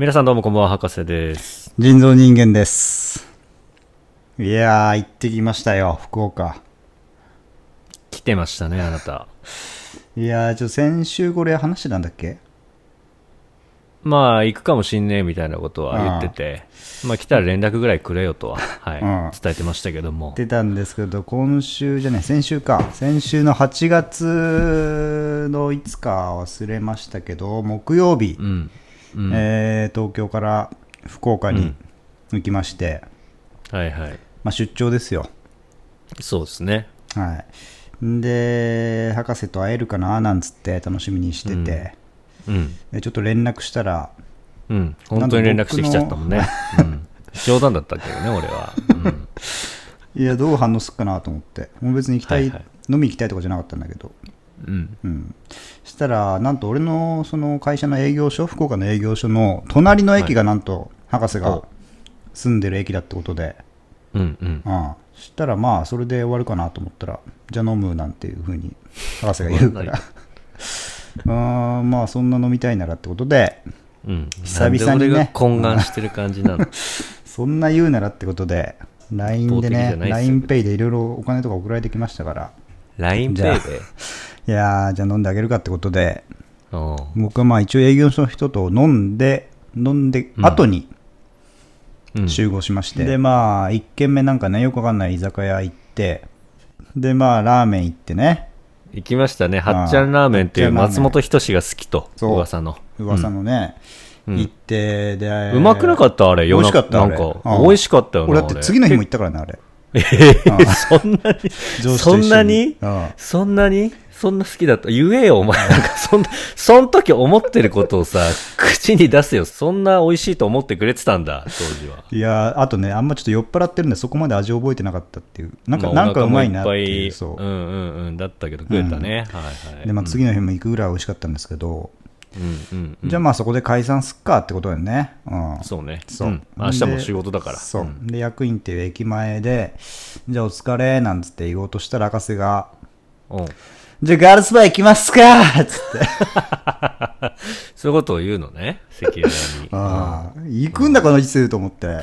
皆さんどうもこんばんは、博士です。 人造人間です。いやー、行ってきましたよ、福岡。 来てましたね、あなた。 いやー、先週これ話してたんだっけ？ まあ、行くかもしんねえみたいなことは言ってて、まあ、来たら連絡ぐらいくれよとは、はい、伝えてましたけども。 言ってたんですけど、先週か。先週の8月のいつか忘れましたけど、木曜日、東京から福岡に行きまして、 はいはい。 まあ、出張ですよ。 そうですね。 はい。で、博士と会えるかななんつって楽しみにしてて、でちょっと連絡したら、 本当に連絡してきちゃったもんね。冗談だったけどね、俺は。 いや、どう反応するかなと思って、もう別に行きたい、飲み行きたいとかじゃなかったんだけど、したら、なんと俺のその会社の営業所、福岡の営業所の隣の駅がなんと博士が住んでる駅だってことで、したらまあそれで終わるかなと思ったら、じゃあ飲むなんていうふうに博士が言うからまあそんな飲みたいならってことで、 久々にね、なんで俺が懇願してる感じなのそんな言うならってことで LINE でね、LINEPay でいろいろお金とか送られてきましたから、 LINEPay でいやー、じゃあ飲んであげるかってことで、僕はまあ一応営業所の人と飲んで後に集合しまして、でまあ1軒目なんかね、よくわかんない居酒屋行って、でまあラーメン行ってね、 行きましたね。はっちゃんラーメンっていう松本人志が好きと噂のね、行って、でうまくなかったあれ。 美味しかった。 なんか美味しかったよな。 俺だって次の日も行ったからね、あれ。 そんな好きだった。言えよお前。なんかそん時思ってることをさ口に出せよ。そんな美味しいと思ってくれてたんだ当時は。 いや、あとね、あんまちょっと酔っ払ってるんでそこまで味覚えてなかったっていう、なんかうまいなっていう、 そうだったけど食えたね。 でまあ次の日も行くぐらい美味しかったんですけど、じゃあまあそこで解散すっかってことだよね。 そうね。明日も仕事だから。 そうで、役員っていう駅前で、じゃあお疲れなんつって言おうとしたら博士が、じゃあガールズバー行きますかっつってそういうことを言うのね、赤裸々 に。行くんだこの人と思って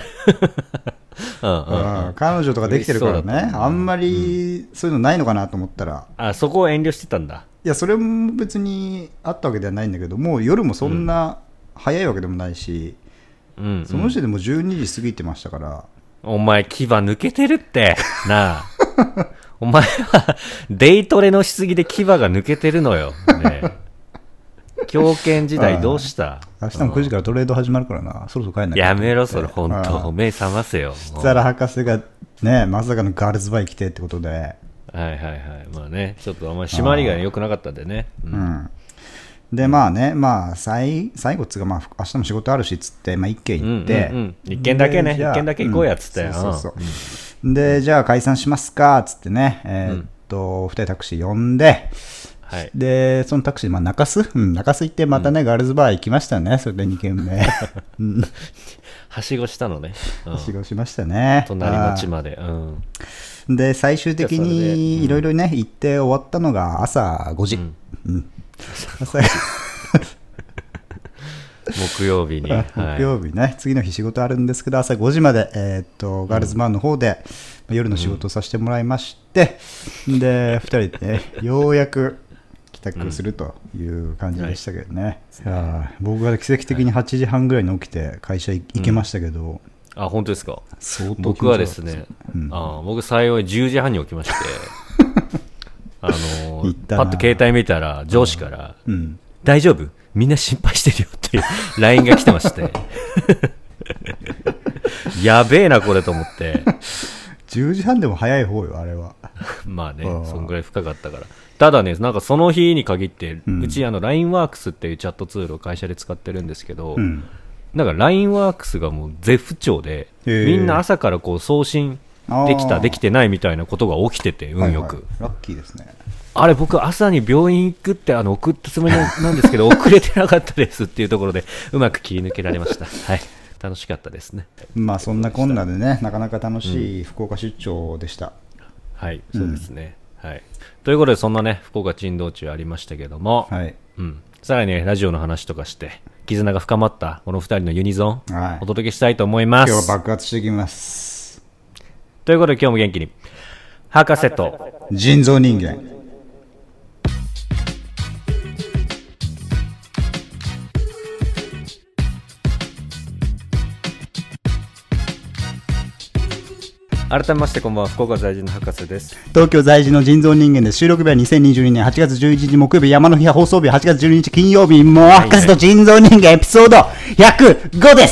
彼女とかできてるからね、あんまりそういうのないのかなと思ったら、 そこを遠慮してたんだ。 いや、それも別にあったわけではないんだけど、もう夜もそんな早いわけでもないし、その時点でもう12時過ぎてましたから。 お前牙抜けてるってなあお前はデイトレのしすぎで牙が抜けてるのよ、ね、狂犬時代どうした？ 明日も9時からトレード始まるからな、そろそろ帰んなきゃ。 やめろそれ、本当目覚ませよ。 そしたら博士がね、まさかのガールズバー来てってことで、 まあね、ちょっとあんまり締まりが良くなかったんでね。 でまあね、まあ最後っつうか、まあ明日も仕事あるしっつって、まあ1軒行って、 1軒だけね、1軒だけ行こうやっつって、 でじゃあ解散しますかっつってね、2人タクシー呼んで、でそのタクシー、中洲行って、またね、ガールズバー行きましたね。それで2軒目はしごしたのね。 はしごしましたね、 隣町まで。 で最終的にいろいろね行って終わったのが朝5時、 木曜日に、 木曜日ね、次の日仕事あるんですけど、朝5時まで、ガールズバーの方で夜の仕事をさせてもらいまして、で2人でねようやく帰宅するという感じでしたけどね。僕が奇跡的に8時半ぐらいに起きて会社行けましたけど、 本当ですか？僕はですね、僕幸い10時半に起きましてパッと携帯見たら上司から大丈夫？みんな心配してるよっていう LINE が来てましてやべえなこれと思って。 10時半でも早い方よあれは。 まあね、そんぐらい深かったから。ただね、なんかその日に限って、うちLINE ワークスっていうチャットツールを会社で使ってるんですけど、なんか LINE ワークスがもう絶不調で、みんな朝からこう送信できたできてないみたいなことが起きてて、運よく、 ラッキーですね。 あれ僕朝に病院行くって送ったつもりなんですけど遅れてなかったですっていうところでうまく切り抜けられました。楽しかったですね。 まあそんなこんなでね、なかなか楽しい福岡出張でした。 そうですね。ということでそんなね福岡珍道中ありましたけども、 さらに、ね、ラジオの話とかして絆が深まったこの2人のユニゾン、 はい、 お届けしたいと思います。 今日は爆発していきます。 ということで今日も元気に博士と人造人間。 改めましてこんばんは。福岡在住の博士です。 東京在住の人造人間です。収録日は2022年8月11日木曜日、山の日は放送日8月12日金曜日、もう博士と人造人間エピソード105です。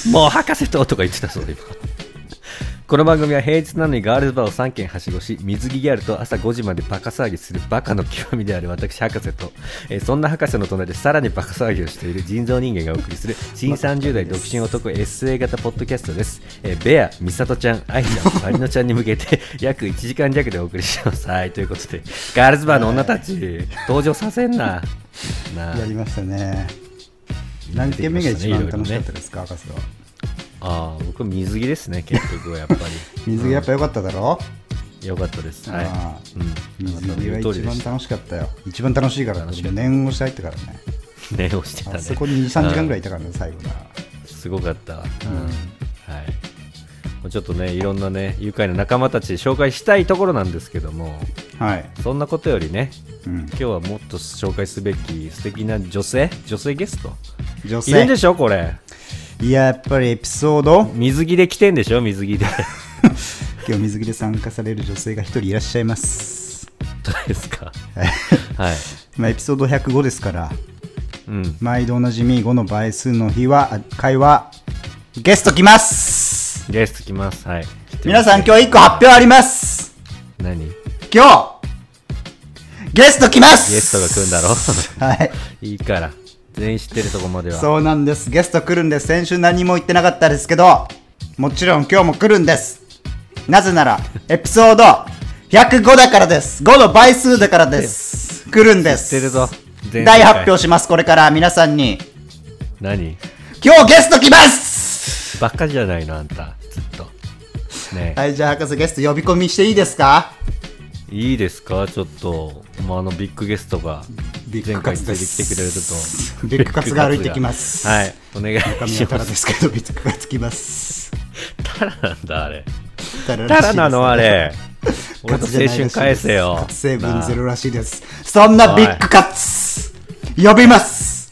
もう博士とか言ってたそう今。この番組は平日なのにガールズバーを3軒はしごし、水着ギャルと朝5時までバカ騒ぎするバカの極みである私博士と、そんな博士の隣でさらにバカ騒ぎをしている人造人間がお送りする新30代独身男 SA 型ポッドキャストです。ベア、ミサトちゃん、アイちゃん、マリノちゃんに向けて約1時間弱でお送りします。はい、ということでガールズバーの女たち登場させんな。 やりましたね。何件目が一番楽しかったですか、博士は。 僕水着ですね。結局はやっぱり水着やっぱ良かっただろ。 良かったです。はい、 水着が一番楽しかったよ。一番楽しいから念をして入ってからね。 念をしてたね。 あそこに 2,3 時間ぐらいいたからね、最後な。 すごかった。はい。ちょっとね、いろんなね愉快な仲間たち紹介したいところなんですけども、 はい、 そんなことよりね、今日はもっと紹介すべき素敵な女性ゲストいるんでしょこれ。 いや、やっぱりエピソード水着で来てんでしょ。水着で今日水着で参加される女性が一人いらっしゃいます。 どうですかはい、 エピソード105ですから、毎度おなじみ5の倍数の日は会話ゲスト来ます。 ゲスト来ます。はい、 皆さん今日1個発表あります。 何？ 今日ゲスト来ます。 ゲストが来るんだろはい、 いいから全員知ってるとこまでは。 そうなんです。ゲスト来るんです。先週何も言ってなかったですけど、もちろん今日も来るんです。なぜならエピソード105だからです。5の倍数だからです。来るんです。 知ってるぞ。 大発表します。これから皆さんに。 何？ 今日ゲスト来ます。 バカじゃないのあんたずっとね。 はい、じゃあ博士ゲスト呼び込みしていいですか？ いいですか。ちょっと、ビッグゲストが前回連れてきてくれるとビッグカツが歩いてきます。 はい、お願いします。 中身はタラですけどビッグカツ来ます。 タラなんだあれ。タラなのあれ。俺の青春返せよ。 カツ成分ゼロらしいです。そんなビッグカツ呼びます。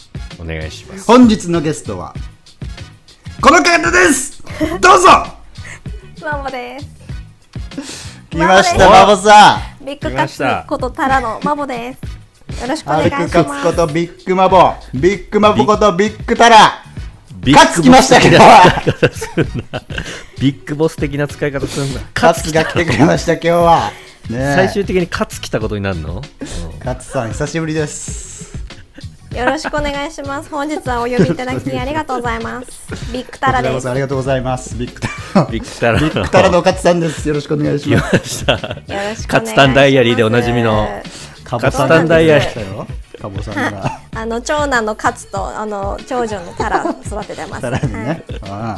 お願いします。 本日のゲストはこの方です。どうぞ。 マモです。 来ましたマモさん。ビッグカツことタラのマモです。よろしくお願いします。 ビッグカツことビッグマボ、ビッグマボことビッグタラ。カツ来ましたけど。 ビッグボス的な使い方するんだ。 カツが来てくれました今日は。 最終的にカツ来たことになるの？ カツさん久しぶりです。 よろしくお願いします。本日はお呼びいただきありがとうございます。ビッグタラです。 ありがとうございます。ビッグタラのカツさんです。よろしくお願いします。 カツタンダイアリーでおなじみのカツタンダイアリー。 カボさんが長男のカツと長女のタラ育ててます。 タラね。 はい。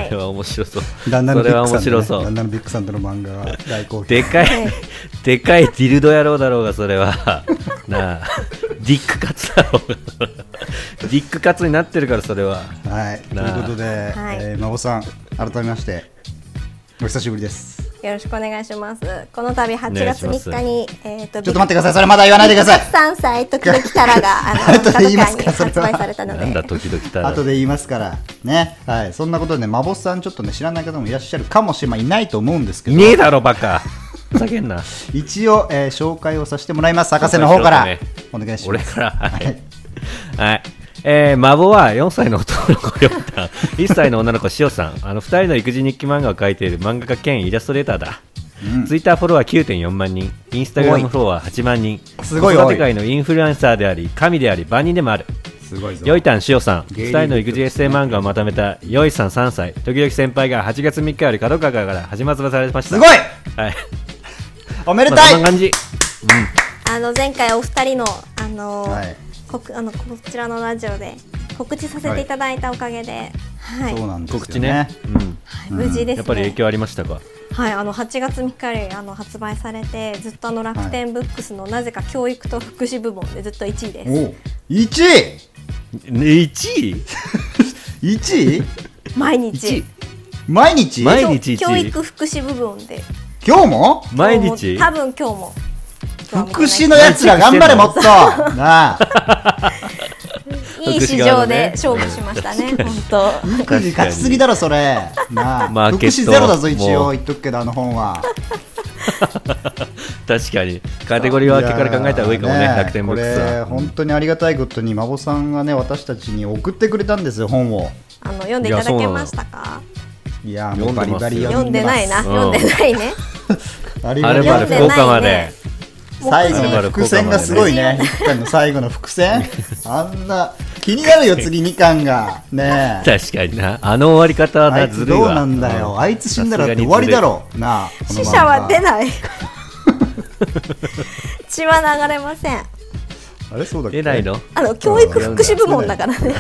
それは面白そう。 それは面白そう。旦那のビッグさんとの漫画が大好評。 でかいディルド野郎だろうがそれはなあ。ディックカツだろうがディックカツになってるからそれは。 はい。ということで、孫さん改めましてお久しぶりです。 よろしくお願いします。この度8月3日にちょっと待ってください。それまだ言わないでください。 3歳時々タラが後で言いますから。 発売されたので。 なんだ時々タラ。 後で言いますからね。はい。そんなことでね、マボさんちょっとね知らない方もいらっしゃるかもしれない、いないと思うんですけど。 いねえだろバカ。ふざけんな。 一応紹介をさせてもらいます。博士の方からお願いします。 俺からはいはい。孫は4歳の男の子を読んだ1歳の女の子しおさん。2人の育児日記漫画を描いている漫画家兼イラストレーターだ。ツイッターフォロワー 9.4 万人、インスタグラムフォロワー8万人、 すごい。 子育て界のインフルエンサーであり神であり万人でもある。 すごいぞ。 よいたんしおさん。2人の育児エッセイ漫画をまとめたよいさん3歳。時々先輩が8月3日より角川から始まされました。 すごい。 はい。 おめでたい。 そんな感じ。 前回お二人のこちらのラジオで告知させていただいたおかげで、 そうなんですよね。 告知ね。 無事ですね。 やっぱり影響ありましたか？ はい、8月3日より発売されて、ずっと楽天ブックスのなぜか教育と福祉部門でずっと1位です。 お、1位 1位 1位毎日毎日毎日1位教育福祉部門で今日も毎日多分今日も福祉のやつら頑張れもっとなあいい市場で勝負しましたね本当。 育児勝ちすぎだろそれなあ福祉ゼロだぞ一応言っとくけど本は確かにカテゴリー分けから考えたら上かもね、楽天ブックスは。 これ本当にありがたいことに孫さんがね私たちに送ってくれたんですよ本を。 読んでいただけましたか？ いやもうバリバリ読んでないな、読んでないね。 はるばる福岡まで最後の伏線がすごいね。1巻の最後の伏線あんな気になるよ次2巻がね。 確かにな、あの終わり方はずるいわ。 どうなんだよ、あいつ死んだらって終わりだろうな。 死者は出ない血は流れません。 あれそうだっけ？ 出ないの？ 教育福祉部門だからね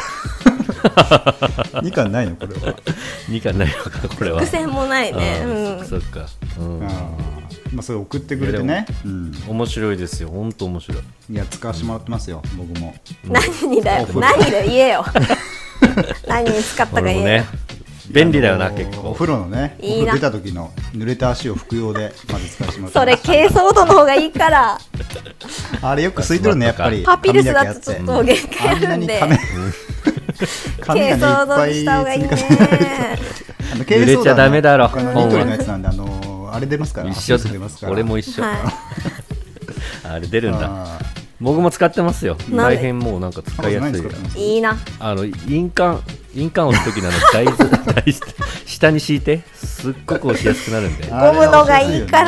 2巻ないのこれは。 2巻ないのかこれは。 伏線もないね。 そっか。 まあそれ送ってくれてね。 面白いですよ、本当面白い。 いや使わせてもらってますよ僕も。 何にだよ、何で言えよ何に使ったか言えよ。 便利だよな結構。 お風呂のね、 いいな。 出た時の濡れた足を拭く用でまず使わせてもらってます。 それ珪藻土の方がいいから。 あれよく空いてるねやっぱり。 パピルスだとちょっと限界あるんで珪藻土にした方がいいね。 濡れちゃダメだろ。 ニトリのやつなんであれ出ますから。 一緒だ。俺も一緒。あれ出るんだ。僕も使ってますよ。大変もうなんか使いやすい。 いいな。 印鑑を押す時の大豆下に敷いてすっごく押しやすくなるんで。 ゴムのがいいから。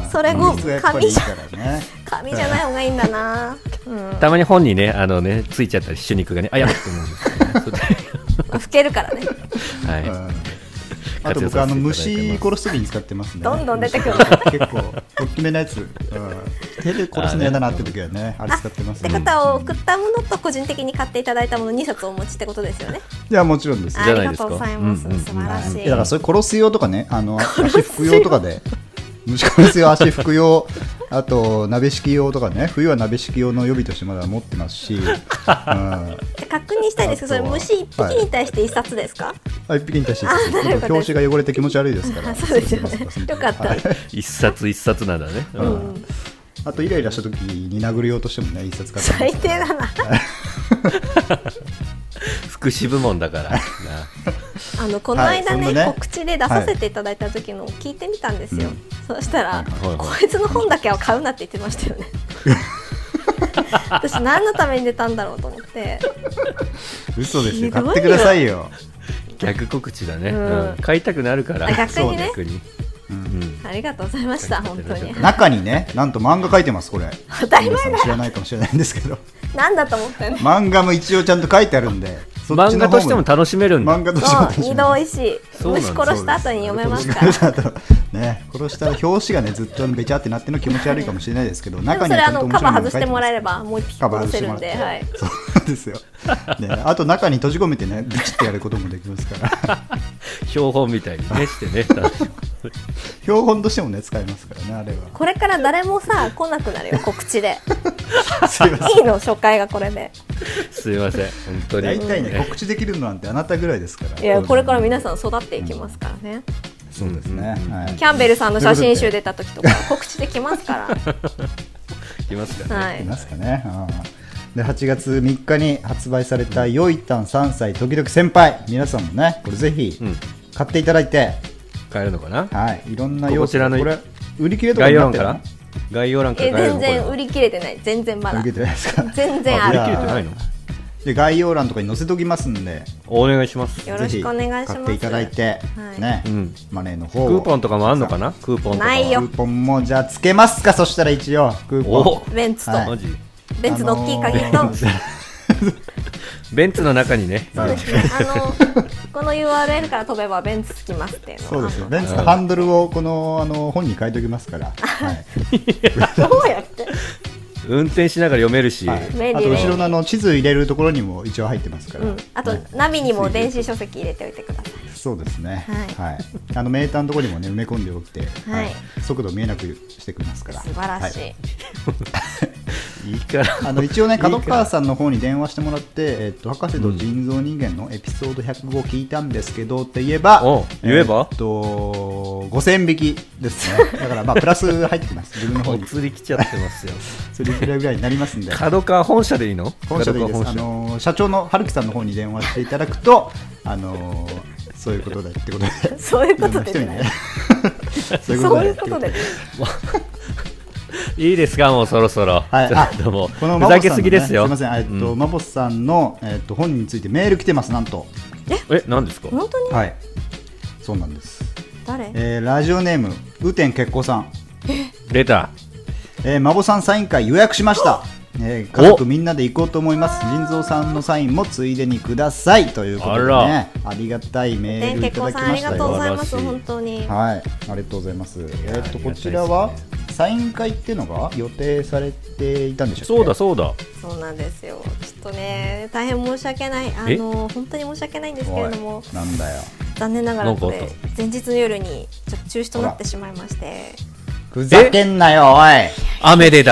それ紙じゃない方がいいんだな。 たまに本にねついちゃったり手肉がねやばって思うんですけどね。 拭けるからね。 はい。 あと僕虫殺す時に使ってますね。 どんどん出てくる。 結構大きめなやつ。手で殺すの嫌だなって時はねあれ使ってますね。 って方を送ったものと個人的に買っていただいたもの2冊お持ちってことですよね。 いやもちろんです。 ありがとうございます。素晴らしい。 だからそれ殺す用とかね足拭く用とかで虫殺す用足拭く用あと鍋敷き用とかね、冬は鍋敷き用の予備としてまだ持ってますし、 確認したいんですけど、それ虫1匹に対して1冊ですか ？1匹に対して表紙が汚れて気持ち悪いですから。 そうですよね。よかった。 1冊1冊なんだね。 あとイライラした時に殴る用としてもね1冊買って最低だな。 福祉部門だからこの間ね告知で出させていただいた時のを聞いてみたんですよ。そしたらこいつの本だけは買うなって言ってましたよね。私何のために出たんだろうと思って。 嘘ですよ、買ってくださいよ。 逆告知だね。買いたくなるから。 逆にね。ありがとうございました本当に。 中にねなんと漫画書いてますこれ。 当たり前だよ。 知らないかもしれないんですけど。 なんだと思ったよね。 漫画も一応ちゃんと書いてあるんで。 漫画としても楽しめるんだ。 漫画としても 2度美味しい。虫殺した後に読めますから。 ね、殺した表紙がねずっとべちゃってなっての気持ち悪いかもしれないですけど、中にはちゃんと面白いのが書いてます。カバー外してもらえればもう1匹殺せるんで、はい。 そうですよ。ね、あと中に閉じ込めてねブチってやることもできますから。 標本みたいにねしてね。 標本としてもね使えますからねあれは。 これから誰もさ来なくなるよ告知で。いいの初回がこれで。 すいません本当に。 大体ね告知できるのなんてあなたぐらいですから。 いやこれから皆さん育っていきますからね。 そうですね。 キャンベルさんの写真集出た時とか告知できますから。 来ますかね。 来ますかね。で8月3日に発売されたよいたん3歳時々先輩、皆さんもねこれぜひ買っていただいて。 買えるのかな。 はい、いろんな要素。 これ売り切れとかになってるの？ 概要欄から全然売り切れてない。全然まだ。 売り切れてないですか？ 全然ある。 売り切れてないの？ で概要欄とかに載せときますんでお願いします。 よろしくお願いします。 買っていただいてね、マネーの方クーポンとかもあんのかな。クーポンとかないよ。 クーポンもじゃあつけますか。そしたら一応クーポンベンツとベンツの大きい鍵とベンツの中にね。 そうですね。この URL から飛べばベンツつきますっていうの。 そうですよ。ベンツのハンドルをこの本に書いておきますから。 どうやって？ 運転しながら読めるし、あと後ろの地図入れるところにも一応入ってますから。 あとナビにも電子書籍入れておいてください。 そうですね。はい。メーターのところにもね埋め込んでおいて、速度見えなくしてくれますから。 素晴らしい。 いいから一応ね角川さんの方に電話してもらって博士と人造人間のエピソード105聞いたんですけどって言えば5000引きですね。だからプラス入ってきます。自分の方に釣り来ちゃってますよ。 釣りくらいぐらいになりますんで。 角川本社でいいの？ 本社でいいです。社長の春樹さんの方に電話していただくとそういうことだってことで。 そういうことで。そういうことで。 いいですか、もうそろそろ。 はい。 どうも。ふざけすぎですよ。 すみません。マボスさんの本についてメール来てます。なんと。 何ですか？ 本当に？ はい。そうなんです。 誰？ ラジオネーム雨天結構さん。 出た。 マボさんサイン会予約しました。家族みんなで行こうと思います。人造さんのサインもついでにくださいということでね、ありがたいメールいただきましたよ。 ありがとうございます。本当に。 はい、ありがとうございます。こちらはサイン会っていうのが予定されていたんでしょうか？ そうだ。 そうなんですよ。ちょっとね、大変申し訳ない。本当に申し訳ないんですけれども。 なんだよ。 残念ながらこれ前日の夜にちょっと中止となってしまいまして。 ふざけんなよ、おい。 雨で。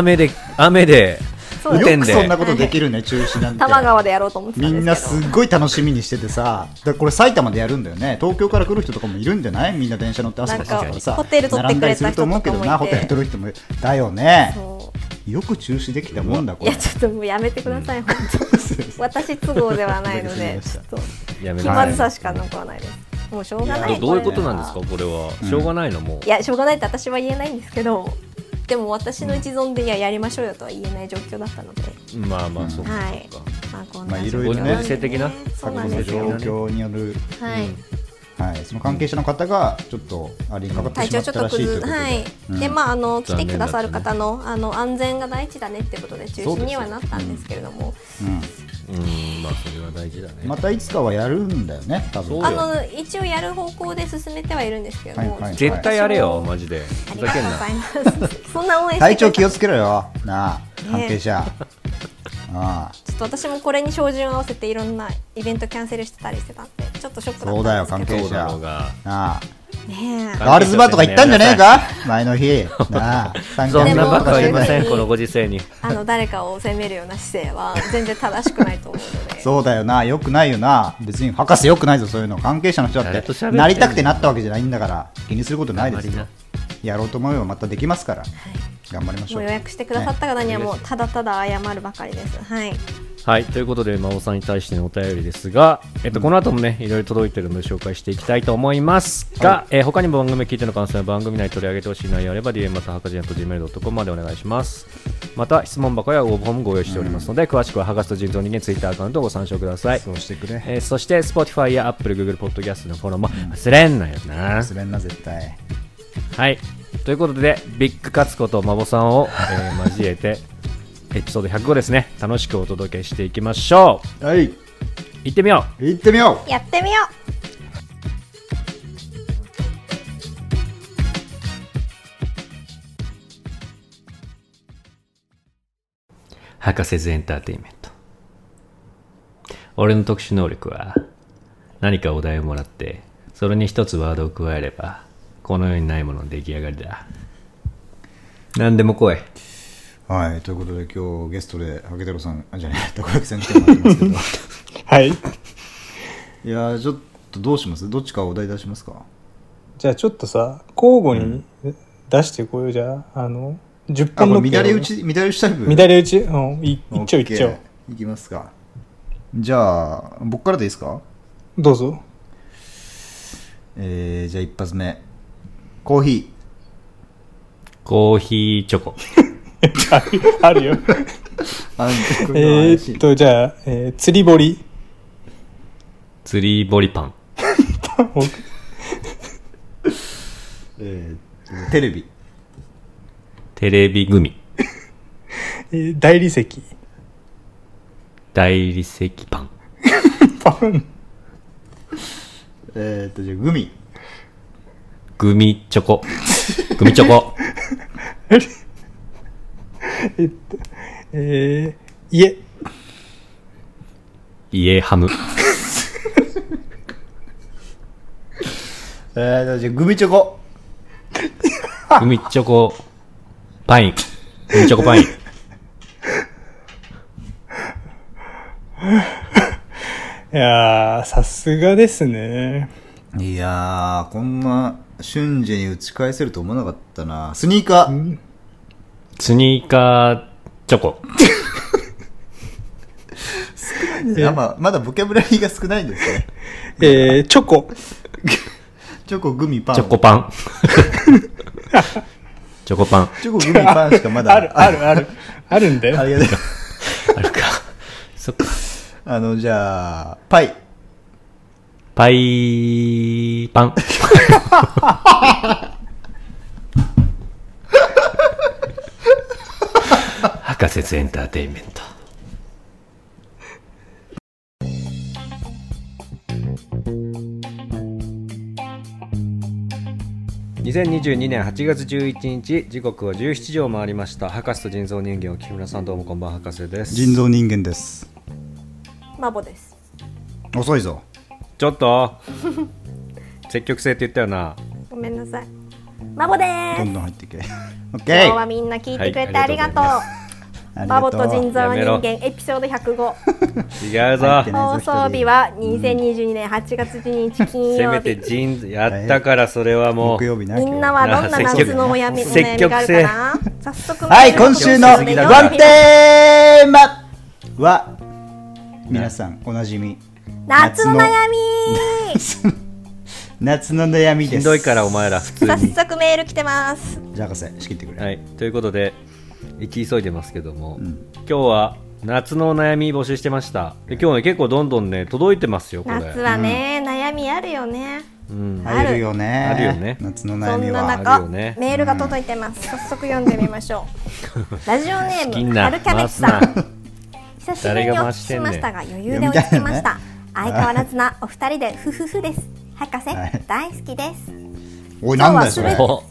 よくそんなことできるね、中止なんて。 多摩川でやろうと思ってたんですけど、 みんなすっごい楽しみにしててさ、これ埼玉でやるんだよね。東京から来る人とかもいるんじゃない？みんな電車乗って朝からさ、 ホテル取ってくれた人とかもいて、 ホテル取る人もだよね。よく中止できたもんだ、これ。 いや、ちょっともうやめてください、本当。私都合ではないので、ちょっと気まずさしか残らないです。もうしょうがない。 どういうことなんですか、これは。しょうがないのも。 いや、しょうがないって私は言えないんですけど、でも私の一存でやりましょうよとは言えない状況だったので。 まあそうか。 いろいろね、 ご時世的な状況による。はい、その関係者の方がちょっとあれにかかってしまったらしいということで、 で来てくださる方の安全が第一だねってことで中止にはなったんですけれども、 まあそれは大事だね。 またいつかはやるんだよね、多分。 一応やる方向で進めてはいるんですけれども、 絶対やれよ、マジで。 ありがとうございます。そんな応援して体調気をつけろよ、なあ、関係者。 ちょっと私もこれに照準を合わせていろんなイベントキャンセルしてたりしてたんで、ちょっとショックだったんですけど。 そうだよ、関係者。なあ。 ガールズバーとか行ったんじゃねえか、前の日。なあ、 そんなバカはありません、このご時世に。 誰かを責めるような姿勢は全然正しくないと思うので。 そうだよな、よくないよな。別に博士よくないぞ、そういうの。関係者の人だってなりたくてなったわけじゃないんだから、気にすることないですよ。やろうと思えばまたできますから。頑張りましょう。 予約してくださった方にはもうただただ謝るばかりです。 はい、ということで真央さんに対してのお便りですが、この後もねいろいろ届いているので紹介していきたいと思いますが、他にも番組聞いての感想や番組内で取り上げてほしい内容あれば DM またはかじやと gmail.com までお願いします。また質問箱や応募フォームご用意しておりますので、詳しくは博士と人造人間ツイッターアカウントをご参照ください。 そうしてくれ。 そして Spotify や Apple、Google Podcast のフォローも忘れんなよな。 忘れんな絶対。 はい、ということでビッグカツことマボさんを、交えてエピソード105ですね、楽しくお届けしていきましょう。はい、 行ってみよう。 やってみよう。 博士ズエンターテインメント。俺の特殊能力は何かお題をもらってそれに一つワードを加えればこの世にないものの出来上がりだ。何でも来い。 はい、ということで今日ゲストでハゲ太郎さんじゃないたこ焼きさん来てもらってますけどはい。 いやちょっとどうします？どっちかお題出しますか？ じゃあちょっとさ交互に出してこよう。じゃあ10本の乱れ打ちタイプ。 乱れ打ち、いっちゃう。 いきますか。じゃあ僕からでいいですか？ どうぞ。 じゃあ一発目コーヒーチョコあるよじゃあ、釣り堀パンテレビグミ大理石パンパンじゃあグミチョコ家ハムじゃあグミチョコ。 グミチョコパイン。グミチョコパイン。 いやー、さすがですね。 いやー、こんな瞬時に打ち返せると思わなかったな。スニーカー。 スニーカーチョコ。 まだボキャブラリーが少ないんですね。 チョコ。 チョコ、グミ、パン。 チョコパン。チョコパン。 チョコ、グミ、パンしかまだ。 あるんだよ。 ありがとう。 あるか。そっか。 じゃあ、パイ。 パイパン。博士エンターテインメント。2022年8月11日、時刻は17時を回りました。博士と人造人間を木村さん、どうもこんばんは。博士です。 人造人間です。 マボです。 遅いぞ。 ちょっと積極性って言ったよな。 ごめんなさい。マボでーす。 どんどん入っていけ。オッケ今日ー。 はみんな聞いてくれてありがとう。 ありマボがとう。 と人造人間エピソード105。 違うぞ。 入ってない放送日は2022年8月12日金曜せめて日。 やったから、それはもう木曜日な。 みんなはどんな夏のおやみお悩みがあるかな。早速はい、今週のワンテーマは皆さんおなじみ夏の悩み。 夏の悩みです。 しんどいからお前ら普通早に。 速メール来てます。 じゃあ博士仕切ってくれ。 はい、ということで行き急いでますけども、 ん今日は夏のお悩み募集してました。で今日ね結構どんどんね届いてますよこれ。 夏はね、悩みあるよね。 うん、 あるよね。 あるよね夏のそんな悩みは。 中、 あるよねメールが届いてます。早速読んでみましょう。ラジオネーム好きな春キャベツさん。久しぶりにお聞きしましたが誰余裕で追いつきました。 読相変わらずなお二人でフフフです。博士、 はい大好きです。 おいなんだよそれ。 お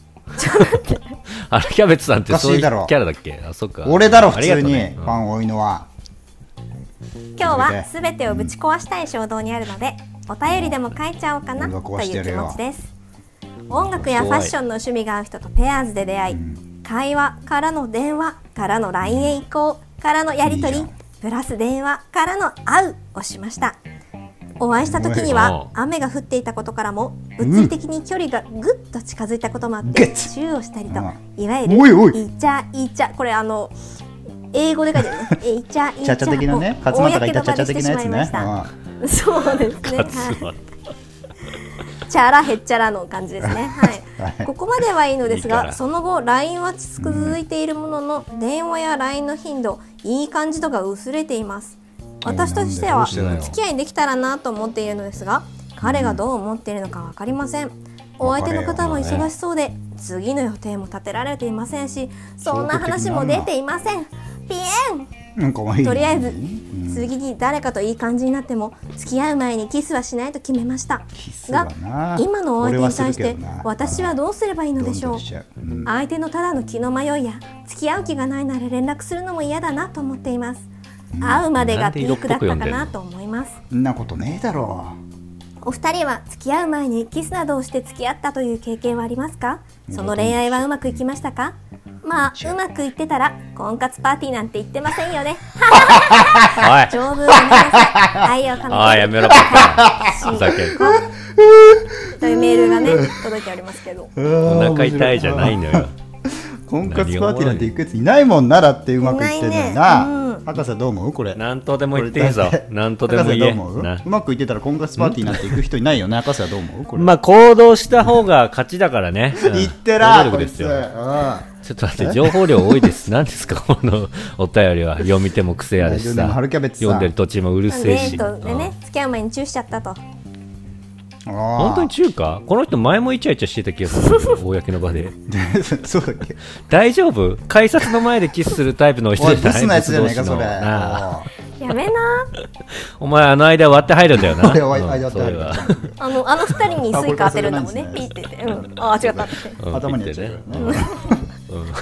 あれキャベツさんってそういうキおかしいだろャラだっけ？あ、そっか。 俺だろ普ありが通にとうねファン多いのは。 今日はすべてをぶち壊したい衝動にあるので、お便りでも書いちゃおうかな俺がという気壊してやるよ持ちです。音楽やファッションの趣味が合う人とペアーズで出会い、会話からの電話からの LINE へ移行からのやり取りいいじゃんプラス電話からの会うをしました。お会いした時には雨が降っていたことからも物理的に距離がぐっと近づいたこともあってグッチューをしたりと、 うんいわゆるおいおいイチャイチャ、これ英語で書いてあるね。イチャイチャチャチャ的なね。 を勝俣が言ったチャチャ公の場でして的なやつねしまいまし。た。そうですね。はい。チャラヘッチャラの感じですね。はい。ここまではいいのですが、 いいからその後 LINE は続いているものの、電話や LINE の頻度、いい感じ度が薄れています。私としてはどうしてだよ付き合いできたらなと思っているのですが、彼がどう思っているのか分かりません。お相手の方も忙しそうで、次の予定も立てられていませんし、そんな話も出ていません。ピエン。 なんかいい。 とりあえず次に誰かといい感じになっても付き合う前にキスはしないと決めましたキスはが、 な今のお相手に対し俺はすてるけどな私はどうすればいいのでしょう。 どんどんしちゃううん相手のただの気の迷いや付き合う気がないなら連絡するのも嫌だなと思っています。会うまでがピークだったかなと思います。 そんなことねえだろお二人は付き合う前にキスなどをして付き合ったという経験はありますか？その恋愛はうまくいきましたか？まあうまくいってたら婚活パーティーなんて言ってませんよね。 おい長文ごめんなさい。愛をかああ、 めてやめろ、ふざけん。 というメールがね届いておりますけど。 お腹痛いじゃないのよ。 婚活パーティーなんて行くやついないもんな。だってうまくいってんのにいないな、 ね博士どう思うこれ。 なんとでも言っていいぞこれだって。 なんとでも言え。 博士どう思うなうまくいってたら婚活パーティーなんて行く人いないよね。博士はどう思うこれ。 まあ行動した方が勝ちだからね。うん言ってら行動力ですよ。 こいちょっと待って、情報量多いです。何ですか、このお便りは。読み手も癖あるしラジオネームさ。 春キャベツさん読んでる途中もうるせえし。 デートでね付き合う前にチューしちゃったと。 本当に中華この人前もイチャイチャしてた気がする。公の場で。 そうだっけ。 大丈夫改札の前でキスするタイプの人おいじゃないブスなやつじゃないかそれ。 ブス同士のなあやめな。 お前あの間割って入るんだよな。 俺は間それはあの二人にスイカ当てるんだもんね。 あこれピーって言って、ああ違ったって。 うん頭にやっちゃう見てねからね。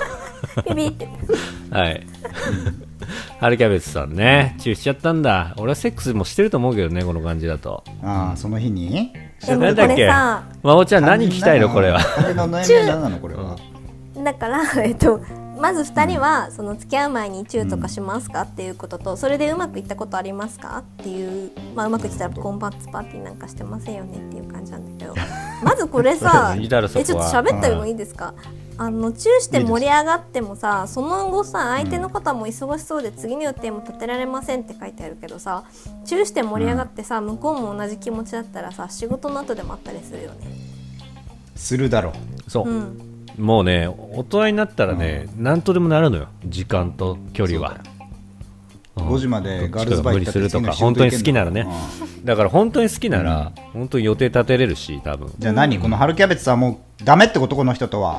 ビビってはい春キャベツさんね、チューしちゃったんだ。俺はセックスもしてると思うけどね、この感じだと。 ああ、その日にでもなんだっけ、 さまおちゃん何聞きたいのこれは。 彼の悩みは何なのこれは。 だからまず2人はその付き合う前にチューとかしますかっていうことと、それでうまくいったことありますかっていう、まあうまくいってたらコンバッツパーティーなんかしてませんよねっていう感じなんだけど、まずこれさいいだろそこはちょっと喋ってもいいですか。チューして盛り上がってもさ、その後さ相手の方も忙しそうで次の予定も立てられませんって書いてあるけどさ、チューして盛り上がってさ、向こうも同じ気持ちだったらさ、仕事の後でもあったりするよね。 するだろう。 そう、 うん、 もうね大人になったらね、なんとでもなるのよ、時間と距離は。 5時までガールズバー行ったって無理するとか、本当に好きならね、だから本当に好きなら、本当に予定立てれるし、多分。 じゃあ何、この春キャベツはもうダメってこと、この人とは。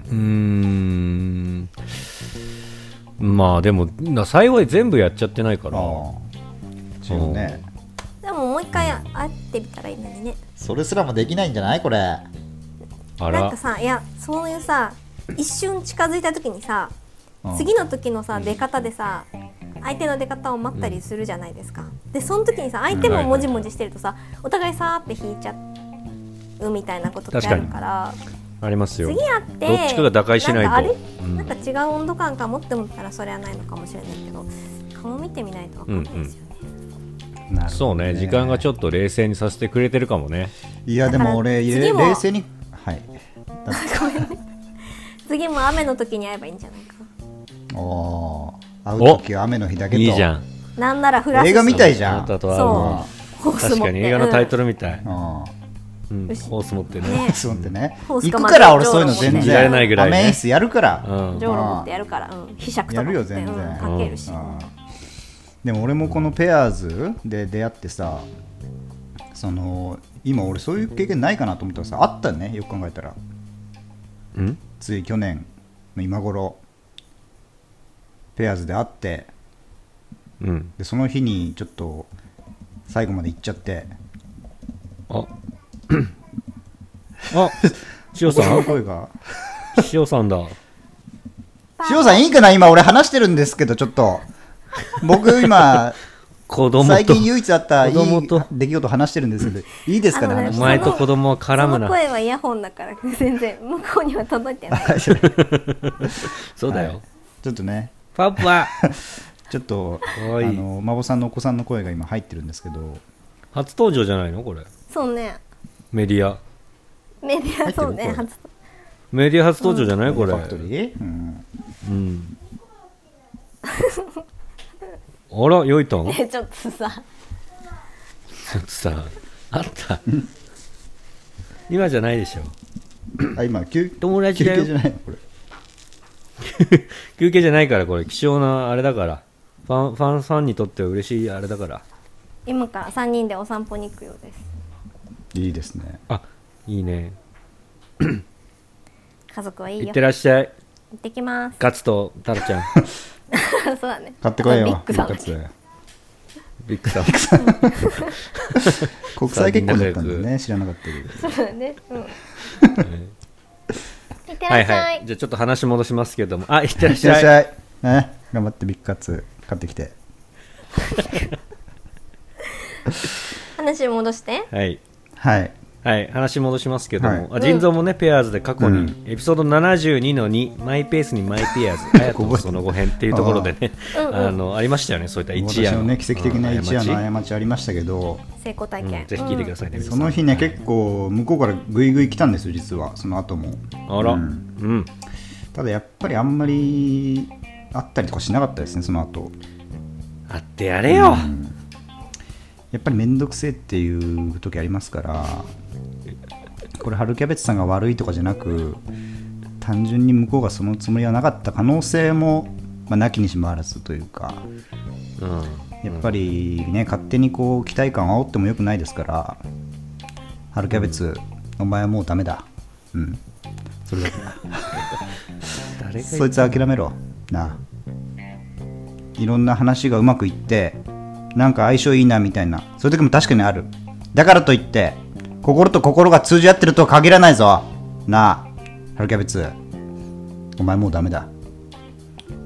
まあでも幸い全部やっちゃってないから。 違うね。 でももう一回会ってみたらいいのにね。 それすらもできないんじゃないこれ。 あら、 なんかさ、いやそういうさ、一瞬近づいた時にさ、次の時のさ出方でさ、相手の出方を待ったりするじゃないですか。でその時にさ、相手ももじもじしてるとさ、お互いさーって引いちゃうみたいなことってあるから、 ありますよ。 次会ってどっちかが打開しないと。 なんかあれ、なんか違う温度感かもって思ったらそれはないのかもしれないけど、顔見てみないと分かんないですよね。 そうね、時間がちょっと冷静にさせてくれてるかもね。 いやでも俺次も冷静に、はい。 ごめんね。次も雨の時に会えばいいんじゃないかな。 おー、会う時は雨の日だけと。 いいじゃん。 なんならフラッシュ映画みたいじゃん。 あなたと会うの。 そう、 確かに映画のタイトルみたい。 あホース持ってね。 ね、 そうってね。 ホースか行くから俺そういうの全信じられない然。 ぐらいね雨演出やるから。 ジョーロ持ってやるから、ひしゃくとかやるよ全然。 かけるし。 でも俺もこのペアーズで出会ってさ、その今俺そういう経験ないかなと思ったらさ、あったね、よく考えたら。つい去年の今頃ペアーズで会って、でその日にちょっと最後まで行っちゃって、 あ塩さん、 声が塩さんだ。 塩さんいいかな、今俺話してるんですけど、ちょっと僕今最近唯一あったいい出来事話してるんですけど、いいですかね、話して。 お前と子供は絡むな。 その声はイヤホンだから全然向こうには届いてない。 そうだよ。 ちょっとね、 パパちょっと孫さんのお子さんの声が今入ってるんですけど、 初登場じゃないのこれ。 そうね。 メディア。 そうね。 メディア初登場じゃないこれ。 ファクトリー。 あら、よいとん。 ちょっとさ。 あった。今じゃないでしょ。 あ、今友達だよ。 休憩じゃないのこれ。 休憩じゃないから、これ貴重なあれだから。ファンにとっては嬉しいあれだから。 今から3人でお散歩に行くようです。 いいですね。 あ、いいね。 家族はいいよ。 行ってらっしゃい。 行ってきます。 ガツとタラちゃん。 そうだね。 買ってこいよ。 ビッグさん。 ビッグさん。 国際結婚だったんだね、知らなかったけど。 そうだね。いってはいらっしゃい。 はい。じゃあちょっと話戻しますけども、あ、いってらっしいってらゃい。 っしゃい。ね、頑張ってビッグカツ買ってきて。 話を戻して。 はいはいはい、話戻しますけども、 は腎臓もね、ペアーズで過去に、エピソード72の2、マイペースにマイペアーズ、あやとのその後編っていうところでね、ありましたよね、そういった一夜の、 私のね、奇跡的な一夜の過ちありましたけど、 成功体験、 ぜひ聞いてくださいね。 その日ね、結構向こうからグイグイ来たんですよ、実は、その後も。 あら、 ただやっぱりあんまり会ったりとかしなかったですね、その後。 会ってやれよ。 やっぱり面倒くせえっていう時ありますから、これ春キャベツさんが悪いとかじゃなく、単純に向こうがそのつもりはなかった可能性も、なきにしもあらずというか、やっぱりね、勝手にこう期待感を煽ってもよくないですから、春キャベツ、お前はもうダメだ、それだけそいつ諦めろな。いろんな話がうまくいってなんか相性いいなみたいな、そういう時も確かにある。だからといって心と心が通じ合ってるとは限らないぞなあ。春キャベツ、お前もうダメだ。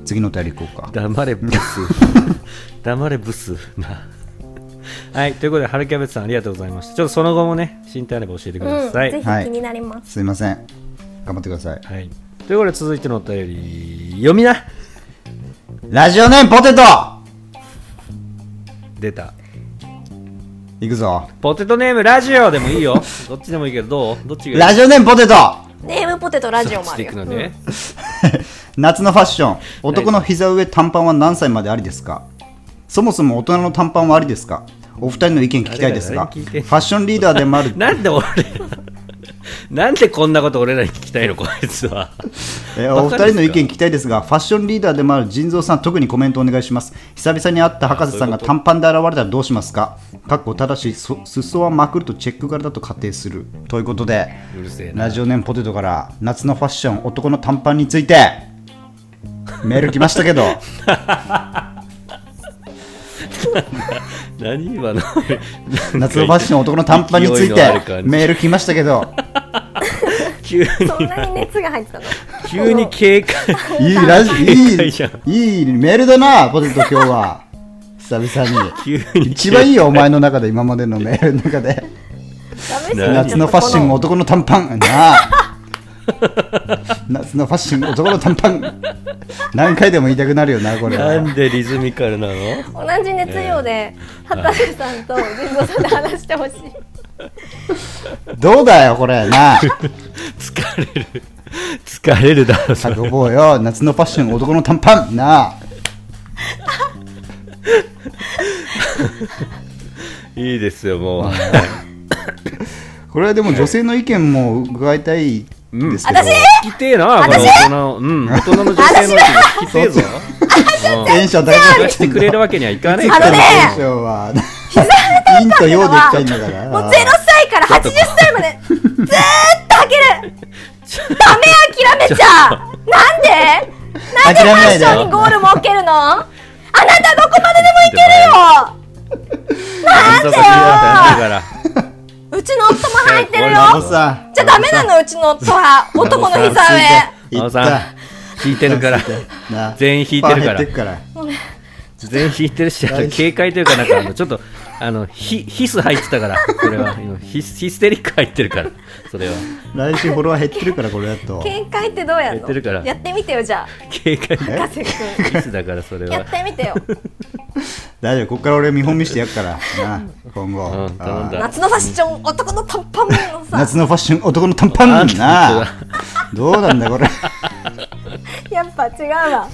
次のお便り行こうか。 黙れブス黙れブスなはい、ということで春キャベツさんありがとうございました。ちょっとその後もね進展あれば教えてください、 ぜひ気になります、 すいません、頑張ってください。 はい、ということで続いてのお便り読みな。 ラジオネームポテト出た。 いくぞ。 ポテトネームラジオでもいいよどっちでもいいけどどっちがいい？ ラジオネームポテトネームポテトラジオもあるよ、 のね、 夏のファッション、男の膝上短パンは何歳までありですか？そもそも大人の短パンはありですか？お二人の意見聞きたいですが、ファッションリーダーでもあるなんでこんなこと俺らに聞きたいのこいつはお二人の意見聞きたいですが、ファッションリーダーでもある腎臓さん、特にコメントお願いします。久々に会った博士さんが短パンで現れたらどうしますか？かっこただし裾はまくるとチェック柄だと仮定するということで、 うるせえな。 ラジオネームポテトから夏のファッション、男の短パンについてメール来ましたけど何今の夏のファッション、男の短パンについてメール来ましたけど急にそんなに熱が入ってたの？ 急に警戒いいラジ警戒じゃんいいメールだな、ポテト今日は久々に急に一番いいよ、お前の中で、今までのメールの中で。夏のファッション、男の短パンなあ夏のファッション、男の短パン何回でも言いたくなるよな、これは。 なんでリズミカルなの？ 同じ熱量で博士さんと腎臓さんで話してほしい。 どうだよこれな疲れるだろそれ。 叫ぼうよ、夏のファッション、男の短パンなあいいですよもうこれはでも女性の意見も伺いたいですけど、 私聞きてえな、この大人の、大人の女性の意見聞きてえぞ。 テンション高くしてくれるわけにはいかないあのねテンションは陰と陽でいきたいんだから。 もう0歳から80歳までずーっと履ける。ダメ、諦めちゃう。なんでファッションにゴール設けるの？あなたどこまででもいけるよ。なんでよ。うちの夫も履いてるよ。じゃあダメなの、うちの夫は男の膝上。 青さん引いてるから全員引いてるから全員引いてるし、警戒というか、なんかちょっとヒス入ってたから、これはヒステリック入ってるから、それは来週フォロワー減ってるから、これだと。 警戒ってどうやるの？ 減ってるからやってみてよ、じゃあ。 警戒博士君ヒスだから、それはやってみてよ。 大丈夫、こっから俺見本見してやっからな、今後。 頼んだ。 夏のファッション、男の短パンのさ。 夏のファッション、男の短パンな。どうなんだこれ。 やっぱ違うわ。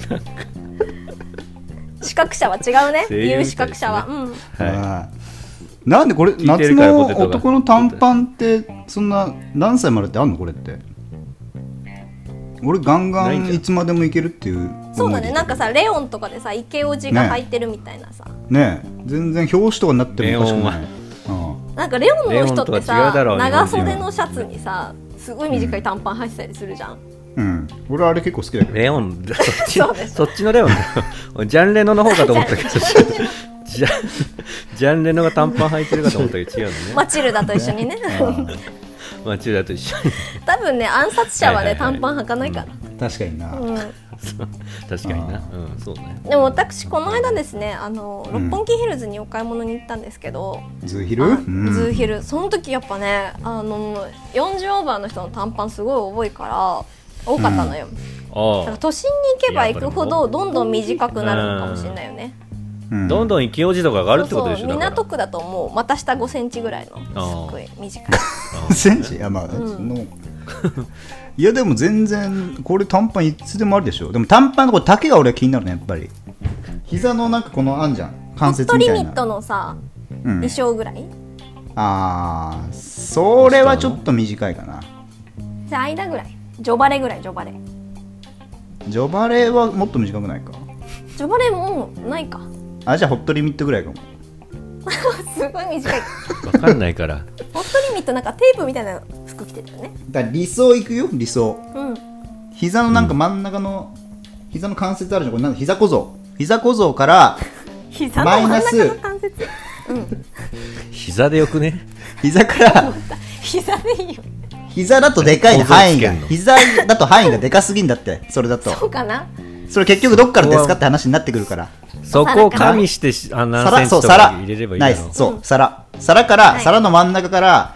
視覚者は違うね。言う視覚者は。 なんでこれ、夏の男の短パンってそんな何歳までってあんのこれって？俺ガンガンいつまでもいけるっていう。 そうだね、なんかさ、レオンとかでさ、イケオジが履いてるみたいなさ。 ねえ、全然表紙とかになってもおかしくない。 なんかレオンの人ってさ、長袖のシャツにさ、すごい短い短パン履いてたりするじゃん。 うん、俺あれ結構好きだけど。 レオン、そっちのレオンだよ。ジャンレノの方かと思ったけど、ジャンレノが短パン履いてるかと思ったけど違うのね。 マチルダと一緒にね。 マチルダと一緒に。 多分ね、暗殺者はね、短パン履かないから。 確かにな。 確かにな。そうね。 でも私この間ですね、六本木ヒルズにお買い物に行ったんですけど。 ズーヒル？ ズーヒル。その時やっぱね、40オーバーの人の短パンすごい多いから多かったのよ。だから都心に行けば行くほどどんどん短くなるのかもしれないよね。 どんどん勢い度が上がるってことでしょ。 港区だともう股下5センチぐらいのすごい短い。 5センチ？いやまあいやでも全然これ短パンいつでもあるでしょ。でも短パンのこれ丈が俺は気になるね、やっぱり。膝のなんかこのあんじゃん、関節みたいな。ホットリミットのさ、2章ぐらい。 ああ、それはちょっと短いかな。 じゃあ間ぐらい、ジョバレぐらい。ジョバレはもっと短くないか。 ジョバレもうないか。 あ、じゃあホットリミットぐらいかも。 すごい短い。 わかんないから。 ホットリミットなんかテープみたいな服着てたよね。 だから理想いくよ、理想。膝のなんか真ん中の、膝の関節あるじゃん、これなん膝小僧。膝小僧からマイナス。 膝でよくね。 膝から膝でいいよ。 膝だとでかい範囲が。膝だと範囲がでかすぎんだって、それだと。 そうかな。 それ結局どっからですかって話になってくるから。 そこを加味して何センチとか入れればいいの。 ナイス。そう、皿から、皿の真ん中から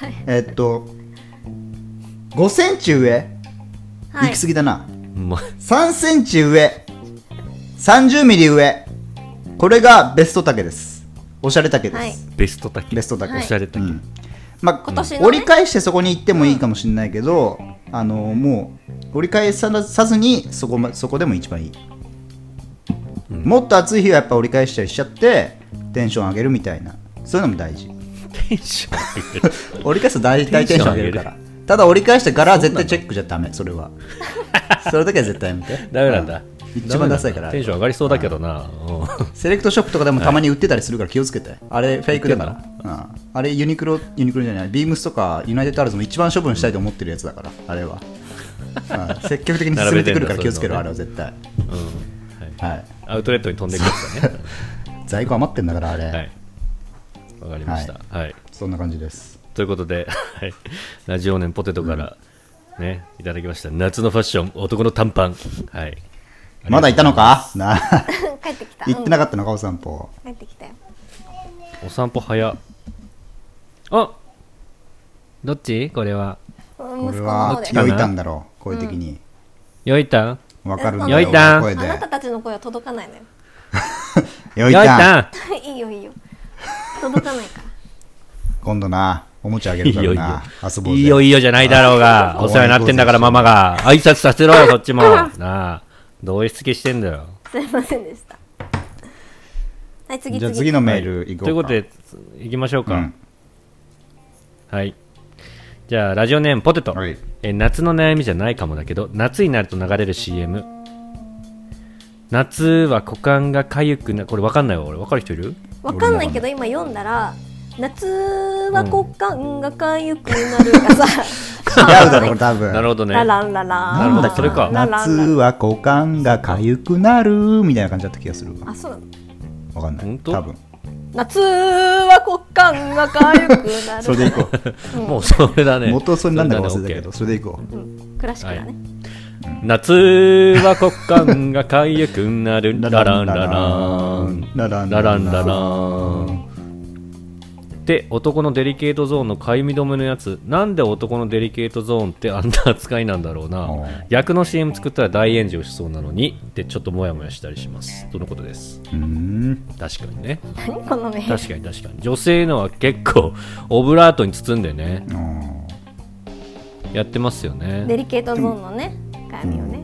5センチ上、行き過ぎだな、3センチ上、30ミリ上、これがベスト丈です。おしゃれ丈です。 ベスト丈、おしゃれ丈。 まあ、折り返してそこに行ってもいいかもしれないけど、もう折り返さずにそこでも一番いい。もっと暑い日はやっぱ折り返したりしちゃってテンション上げるみたいな、そういうのも大事。 テンション上げる折り返すと大体テンション上げるから。ただ折り返して柄は絶対チェックじゃダメ。それはそれだけは絶対やめて。 ダメなんだ。 一番ダサいから。 テンション上がりそうだけどな。 セレクトショップとかでもたまに売ってたりするから気をつけて。あれフェイクだから。あれユニクロじゃない、ビームスとかユナイテッドアールズも一番処分したいと思ってるやつだから、あれは。積極的に進めてくるから気をつけろ、あれは絶対。 アウトレットに飛んでくるからね。 在庫余ってんだからあれ。 はい、わかりました。はい、 そんな感じです。 ということで、ラジオネームポテトからね、いただきました。夏のファッション、男の短パン。はい。 まだいたのか？ 帰ってきた。 行ってなかったのか、お散歩。 帰ってきたよ。 お散歩早。あ、どっち？これは。 これはよいたんだろう、声的に。 よいたん？ わかるんだよいたん。 あなたたちの声は届かないのよ。 よいたん。いいよいいよ。届かないから。 今度な、おもちゃあげるからな。遊ぼうぜ。 いいよいいよじゃないだろうが。お世話になってんだからママが。挨拶させろよそっちも。なあ、どういうしつけしてんだよ。 すいませんでした。はい、 じゃあ次のメールいこうか。 ということで行きましょうか。はい。じゃあラジオネームポテト。夏の悩みじゃないかもだけど、夏になると流れる CM。夏は股間がかゆくな、これ分かんないわ。俺分かる人いる？ 分かんないけど今読んだら、夏は股間がかゆくなるがさ、 違うだろ多分。 なるほどね。 ラランララン。 なるほど、それか。 夏は股間がかゆくなるみたいな感じだった気がする。 あ、そうなの？ 分かんない。 本当？ 多分。 夏は股間がかゆくなる。 それでいこう。もうそれだね。 元それなんだか忘れたけど、それでいこう。クラシックだね。 夏は股間がかゆくなる。ラランラランラランラランラランで、男のデリケートゾーンのかゆみ止めのやつ。なんで男のデリケートゾーンってあんな扱いなんだろうな。役の CM 作ったら大炎上しそうなのにってちょっとモヤモヤしたりしますとのことです。確かにね。 何このメール。 確かに女性のは結構オブラートに包んでね、やってますよね。 デリケートゾーンのね、かゆみをね。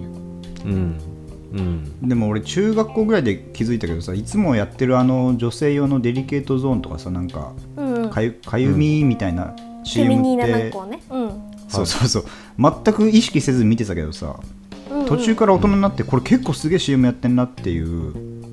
でも俺中学校ぐらいで気づいたけどさ、いつもやってる女性用のデリケートゾーンとかさ、なんかかゆみみたいな CM って、そう全く意識せず見てたけどさ、途中から大人になってこれ結構すげえ CM やってんなっていう、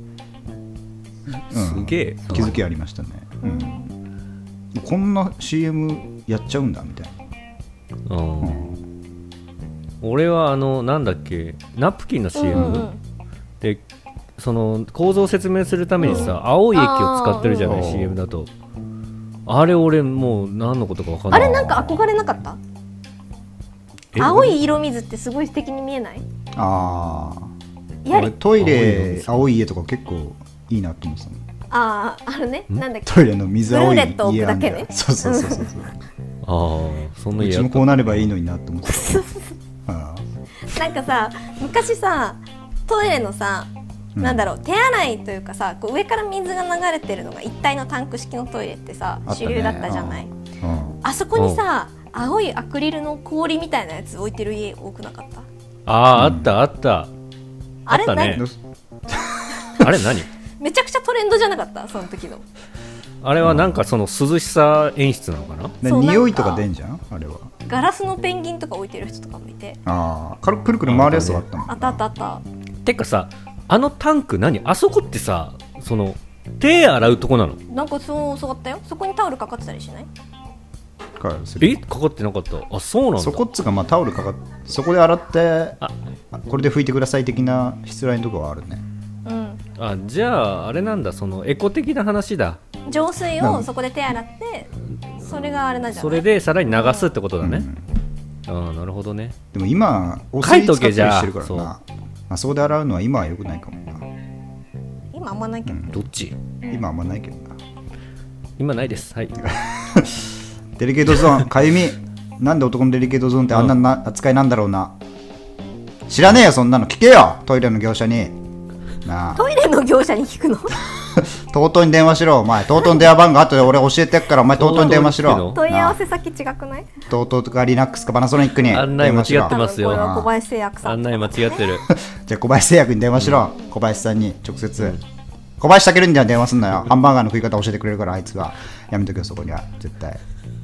すげえ気づきありましたね。こんな CM やっちゃうんだみたいな。 俺はなんだっけ、ナプキンの CM、でその構造を説明するためにさ、青い液を使ってるじゃない、CM だと。あれ俺もう何のことか分かんない。 あれなんか憧れなかった？青い色水ってすごい素敵に見えない？俺トイレ青い家とか結構いいなって思ってたの。 あれね、なんだっけ、 トイレの水青い家ブルーレット置くだけね。 そうそんな家うちもこうなればいいのになって思ってた。 なんかさ、昔さ、トイレのさ、なんだろう、手洗いというかさ、こう上から水が流れてるのが一体のタンク式のトイレってさ、主流だったじゃない。あそこにさ、青いアクリルの氷みたいなやつ置いてる家多くなかった？ あったあった。 あれね。あれ何？ めちゃくちゃトレンドじゃなかった？その時の。 あれはなんかその涼しさ演出なのかな？ 匂いとか出んじゃんあれは。 ガラスのペンギンとか置いてる人とかもいて。 くるくる回るやつがあったの。 あった。 てかさ、あのタンク何？あそこってさ、その手洗うとこなの？ なんかそうだったよ。そこにタオルかかってたりしない？ かかってなかった。あ、そうなんだ。 そこっつうか、まあタオルかかって、そこで洗ってこれで拭いてください的な失礼のところはあるね。 じゃああれなんだ、そのエコ的な話だ。 浄水をそこで手洗って、それがあれなんじゃない？ それでさらに流すってことだね。なるほどね。 でも今お水使ったりしてるからな。 あそこで洗うのは今は良くないかもな。 今あんまないけど、 どっち？ 今あんまないけどな。 今ないです。はい。 デリケートゾーン、かゆみ。なんで男のデリケートゾーンってあんな扱いなんだろうな。知らねえよ、そんなの。聞けよ、トイレの業者に。なあ。 トイレの業者に聞くの TOTOに電話しろ、お前。TOTOの電話番号後で俺教えてっから、お前 TOTOに電話しろ。 問い合わせ先違くない？ TOTO とかリナックスかパナソニックに案内間違ってますよ。 これは小林製薬さん。 案内間違ってる。 じゃあ小林製薬に電話しろ、小林さんに直接。小林武には電話すんなよ。ハンバーガーの食い方教えてくれるから、あいつが。やめとけよ、そこには。絶対。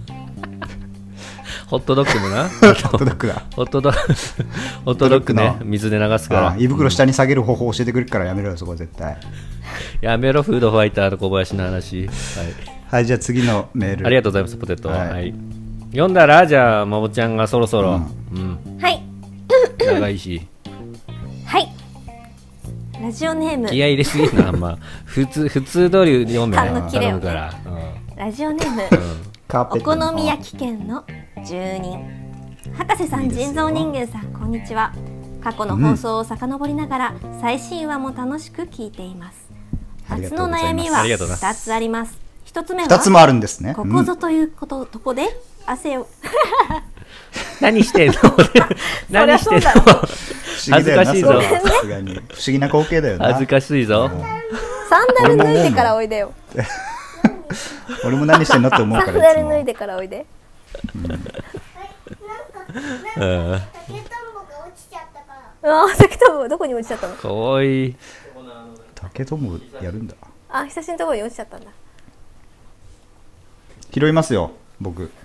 ホットドッグもな。 ホットドッグだ。 ホットドッグね、水で流すから。 胃袋下に下げる方法教えてくれるからやめろよ、そこは絶対。 やめろ、フードファイターの小林の話。はい。 はい、じゃあ次のメール。 ありがとうございます、ポテト。 はいはい。読んだら、じゃあ、まぼちゃんがそろそろ。 はい。 長いし。 はい。ラジオネーム。 気合い入れすぎるな、あんま。普通通り読め勘の切れをね頼むから。 ラジオネーム。おカーペットの好み焼き店の住人。博士さん、人造人間さん、こんにちは。過去の放送を遡りながら、最新話も楽しく聞いています。夏の悩みは2つあります。1つ目は、 2つもあるんですね。 ここぞということ、とこで汗を何してんの何してんの恥ずかしいぞ。 さすがに不思議な光景だよな。 恥ずかしいぞ。 サンダル脱いでからおいでよ。 俺も何してんのって思うかサら。 ンダル脱いでからおいで。竹とんぼどこに落ちちゃったの？ かわいい。 竹とんぼやるんだ。 あ、久しぶりのところに落ちちゃったんだ。 拾いますよ、僕。 ん？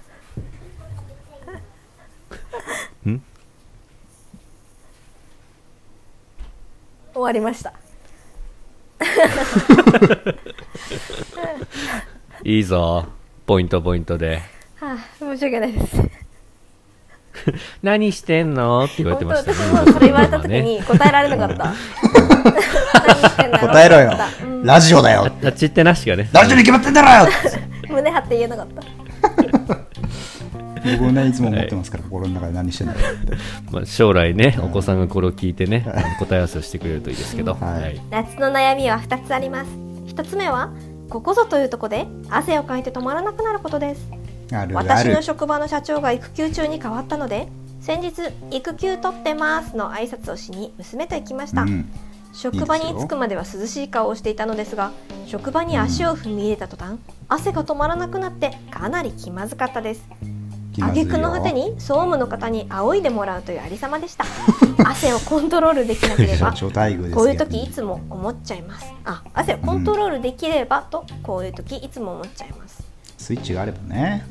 終わりました。 いいぞ、ポイントで。 はあ、申し訳ないです。 何してんのって言われてましたね。 私もそれ言われた時に答えられなかった。何してんだろう答えろよ。ラジオだよ。 あっちってなしがね。 ラジオに決まってんだろよ。 胸張って言えなかった。 僕もね、いつも思ってますから、心の中で何してんだろうって。 まあ将来ね、お子さんがこれを聞いてね、答え合わせをしてくれるといいですけど。はい。 夏の悩みは2つあります。1つ目は、ここぞというとこで汗をかいて止まらなくなることです。私の職場の社長が育休中に変わったので、先日育休取ってますの挨拶をしに娘と行きました。職場に着くまでは涼しい顔をしていたのですが、職場に足を踏み入れた途端、汗が止まらなくなってかなり気まずかったです。挙句の果てに総務の方に仰いでもらうというありさまでした。汗をコントロールできなければこういう時いつも思っちゃいます。汗をコントロールできればと、こういう時いつも思っちゃいます。 スイッチがあればね。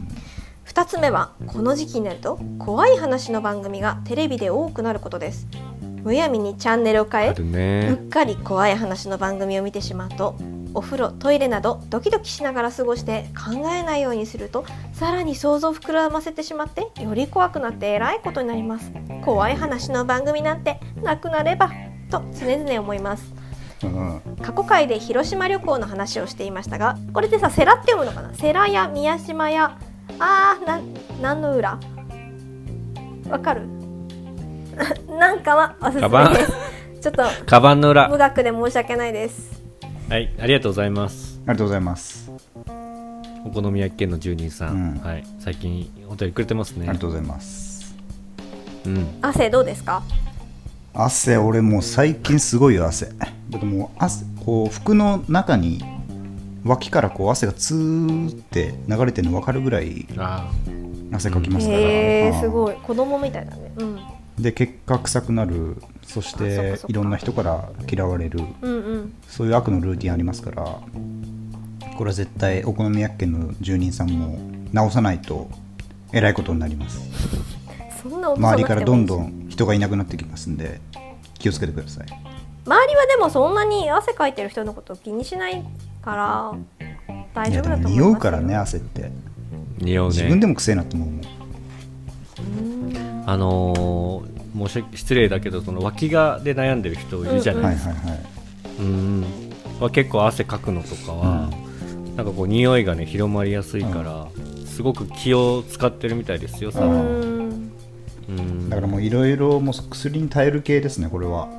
2つ目は、この時期になると怖い話の番組がテレビで多くなることです。むやみにチャンネルを変え、うっかり怖い話の番組を見てしまうと、お風呂、トイレなどドキドキしながら過ごして考えないようにすると、さらに想像を膨らませてしまってより怖くなってえらいことになります。怖い話の番組なんてなくなればと常々思います。過去回で広島旅行の話をしていましたが、これでさ、世羅って読むのかな。世羅や宮島や何の浦わかる？なんかはおすすめです。ちょっとカバンの裏、 無学で申し訳ないです。 はい、ありがとうございます。 ありがとうございます。 お好み焼き店の住人さん、はい、最近お便りくれてますね。 ありがとうございます。 汗どうですか？ 汗、俺もう最近すごいよ、汗。だってもうこう服の中に脇からこう汗がツーって流れてるの分かるぐらい汗かきますから。 すごい、子供みたいだね。 で、結果臭くなる。そしていろんな人から嫌われる、そういう悪のルーティンありますから、これは絶対お好み焼き店の住人さんも直さないとえらいことになります。周りからどんどん人がいなくなってきますんで、気をつけてください。 周りはでもそんなに汗かいてる人のことを気にしないから大丈夫だと思いますよ。 匂うからね、汗って。 匂うね。 自分でも臭いなって思うもん。 もう失礼だけど、その脇がで悩んでる人いるじゃないですか。結構汗かくのとかは、なんかこう匂いがね広まりやすいから、すごく気を使ってるみたいですよ。 だからもういろいろ薬に耐える系ですね、これは。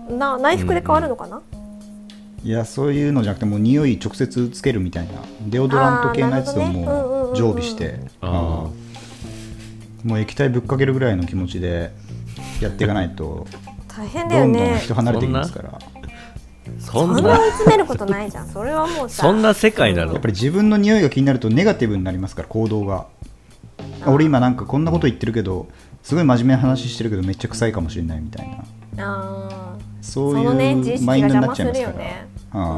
内服で変わるのかな、 いやそういうのじゃなくてもう匂い直接つけるみたいなデオドラント系のやつをもう常備してもう液体ぶっかけるぐらいの気持ちでやっていかないと大変だよね。 どんどん人離れていきますから。 そんな追い詰めることないじゃん。それはもうさそんな世界なの。 やっぱり自分の匂いが気になるとネガティブになりますから行動が。俺今なんかこんなこと言ってるけどすごい真面目な話してるけどめっちゃ臭いかもしれないみたいな、そういうマインドになっちゃいますから、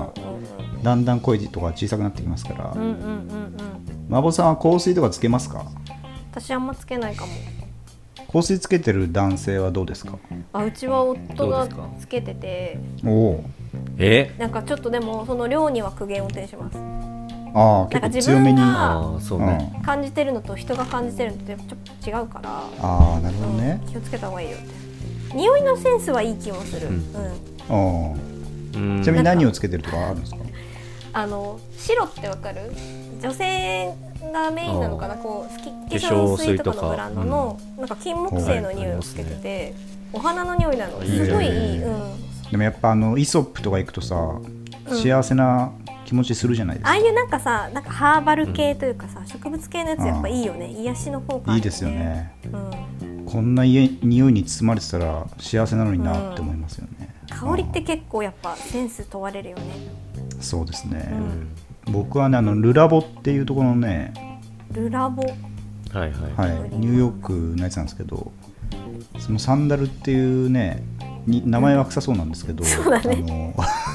だんだん声とか小さくなってきますから。マボさんは香水とかつけますか？ 私あんまつけないかも。 香水つけてる男性はどうですか？ うちは夫がつけてて、なんかちょっとでもその量には苦言を呈します。結構強めに感じてるのと人が感じてるのとちょっと違うから、 なるほどね、 気をつけた方がいいよって。匂いのセンスはいい気もする。 ちなみに何をつけてるとかあるんですか？ 白ってわかる？女性がメインなのかな、こう化粧水とかのブランドのなんか金木犀の匂いをつけてて、お花の匂いなのすごいいい。 でもやっぱイソップとか行くとさ、幸せな気持ちするじゃないですか。 ああいうなんかさ、なんかハーバル系というかさ、植物系のやつやっぱいいよね。癒しの効果あるね。 いいですよね。こんな匂いに包まれてたら幸せなのになって思いますよね。 香りって結構やっぱセンス問われるよね。 そうですね。僕はねルラボっていうところのね、 ルラボ、 ニューヨークのやつなんですけど、そのサンダルっていうね名前は臭そうなんですけど、 そうだね。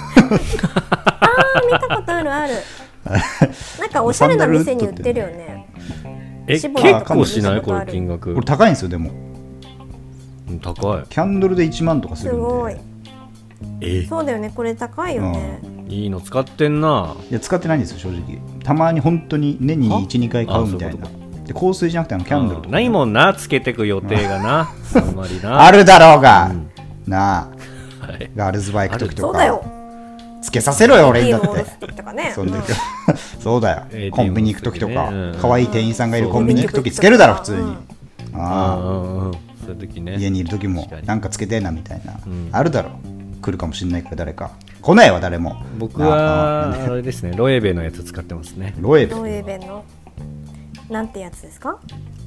見たことあるある。なんかおしゃれな店に売ってるよね。 結構しないこれ金額。 これ高いんですよ。でも高い。 キャンドルで1万とかするんで。すごい。そうだよね、これ高いよね。 いいの使ってんな。 いや使ってないんですよ正直。たまに本当に年に 1,2 回買うみたいな。で香水じゃなくてキャンドルとか、 ないもんな、つけてく予定がな。あんまりな。 あるだろうが、なあ、ガールズバイク時とか。そうだよ。つけさせろよ俺にだって。そうだよ。コンビニ行く時とか、可愛い店員さんがいるコンビニ行く時つけるだろ普通に。 そういう時ね。 家にいる時もなんかつけてえなみたいな、あるだろ。来るかもしれないから誰か。来ないわ誰も。 僕はあれですね、ロエベのやつ使ってますね。 ロエベのなんてやつですか？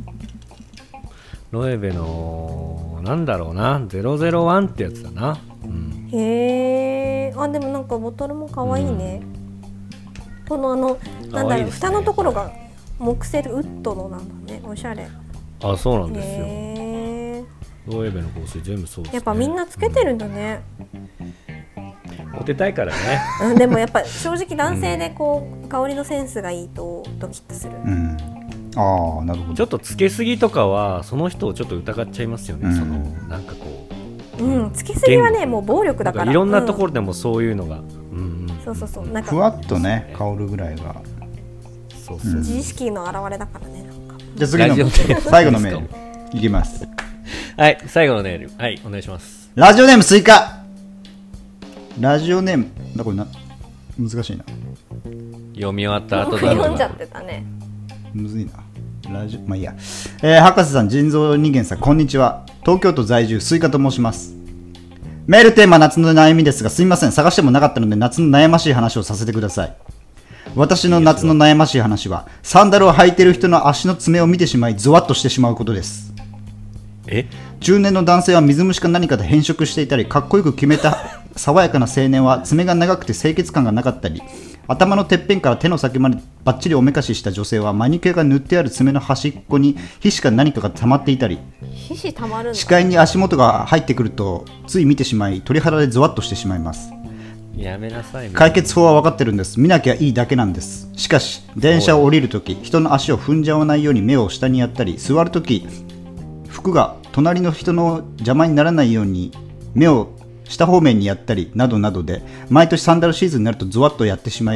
ロエベのなんだろうな、001ってやつだな。 へえ。でもなんかボトルも可愛いね。このなんだろう、蓋のところが木製でウッドのなんだね、おしゃれ。 そうなんですよ。ロエベの香水全部そうですね。 やっぱみんなつけてるんだね。 モテたいからね。でもやっぱ正直男性でこう香りのセンスがいいとドキッとする。 なるほど。 ちょっとつけすぎとかはその人をちょっと疑っちゃいますよね。そのなんかこう。つけすぎはねもう暴力だから。 いろんなところでもそういうのが。 そうなんかふわっとね香るぐらいが。 自意識の表れだからね。 じゃあ次の最後のメールいきます。 はい、最後のメール、はい、お願いします。 ラジオネームスイカ。ラジオネームこれ難しいな。 読み終わった後だ。 読んじゃってたね。 むずいな。まあいいや。博士さん、人造人間さん、こんにちは。東京都在住スイカと申します。メールテーマ夏の悩みですが、すみません、探してもなかったので夏の悩ましい話をさせてください。私の夏の悩ましい話は、サンダルを履いている人の足の爪を見てしまいゾワッとしてしまうことです。中年の男性は水虫か何かで変色していたり、かっこよく決めた爽やかな青年は爪が長くて清潔感がなかったり、頭のてっぺんから手の先までバッチリおめかしした女性はマニキュアが塗ってある爪の端っこに皮脂か何かが溜まっていたり、視界に足元が入ってくるとつい見てしまい鳥肌でゾワッとしてしまいます。 やめなさい。 解決法は分かってるんです。見なきゃいいだけなんです。しかし電車を降りるとき、人の足を踏んじゃわないように目を下にやったり、座るとき服が隣の人の邪魔にならないように目を下方面にやったりなどなどで、毎年サンダルシーズンになるとゾワッとをやってし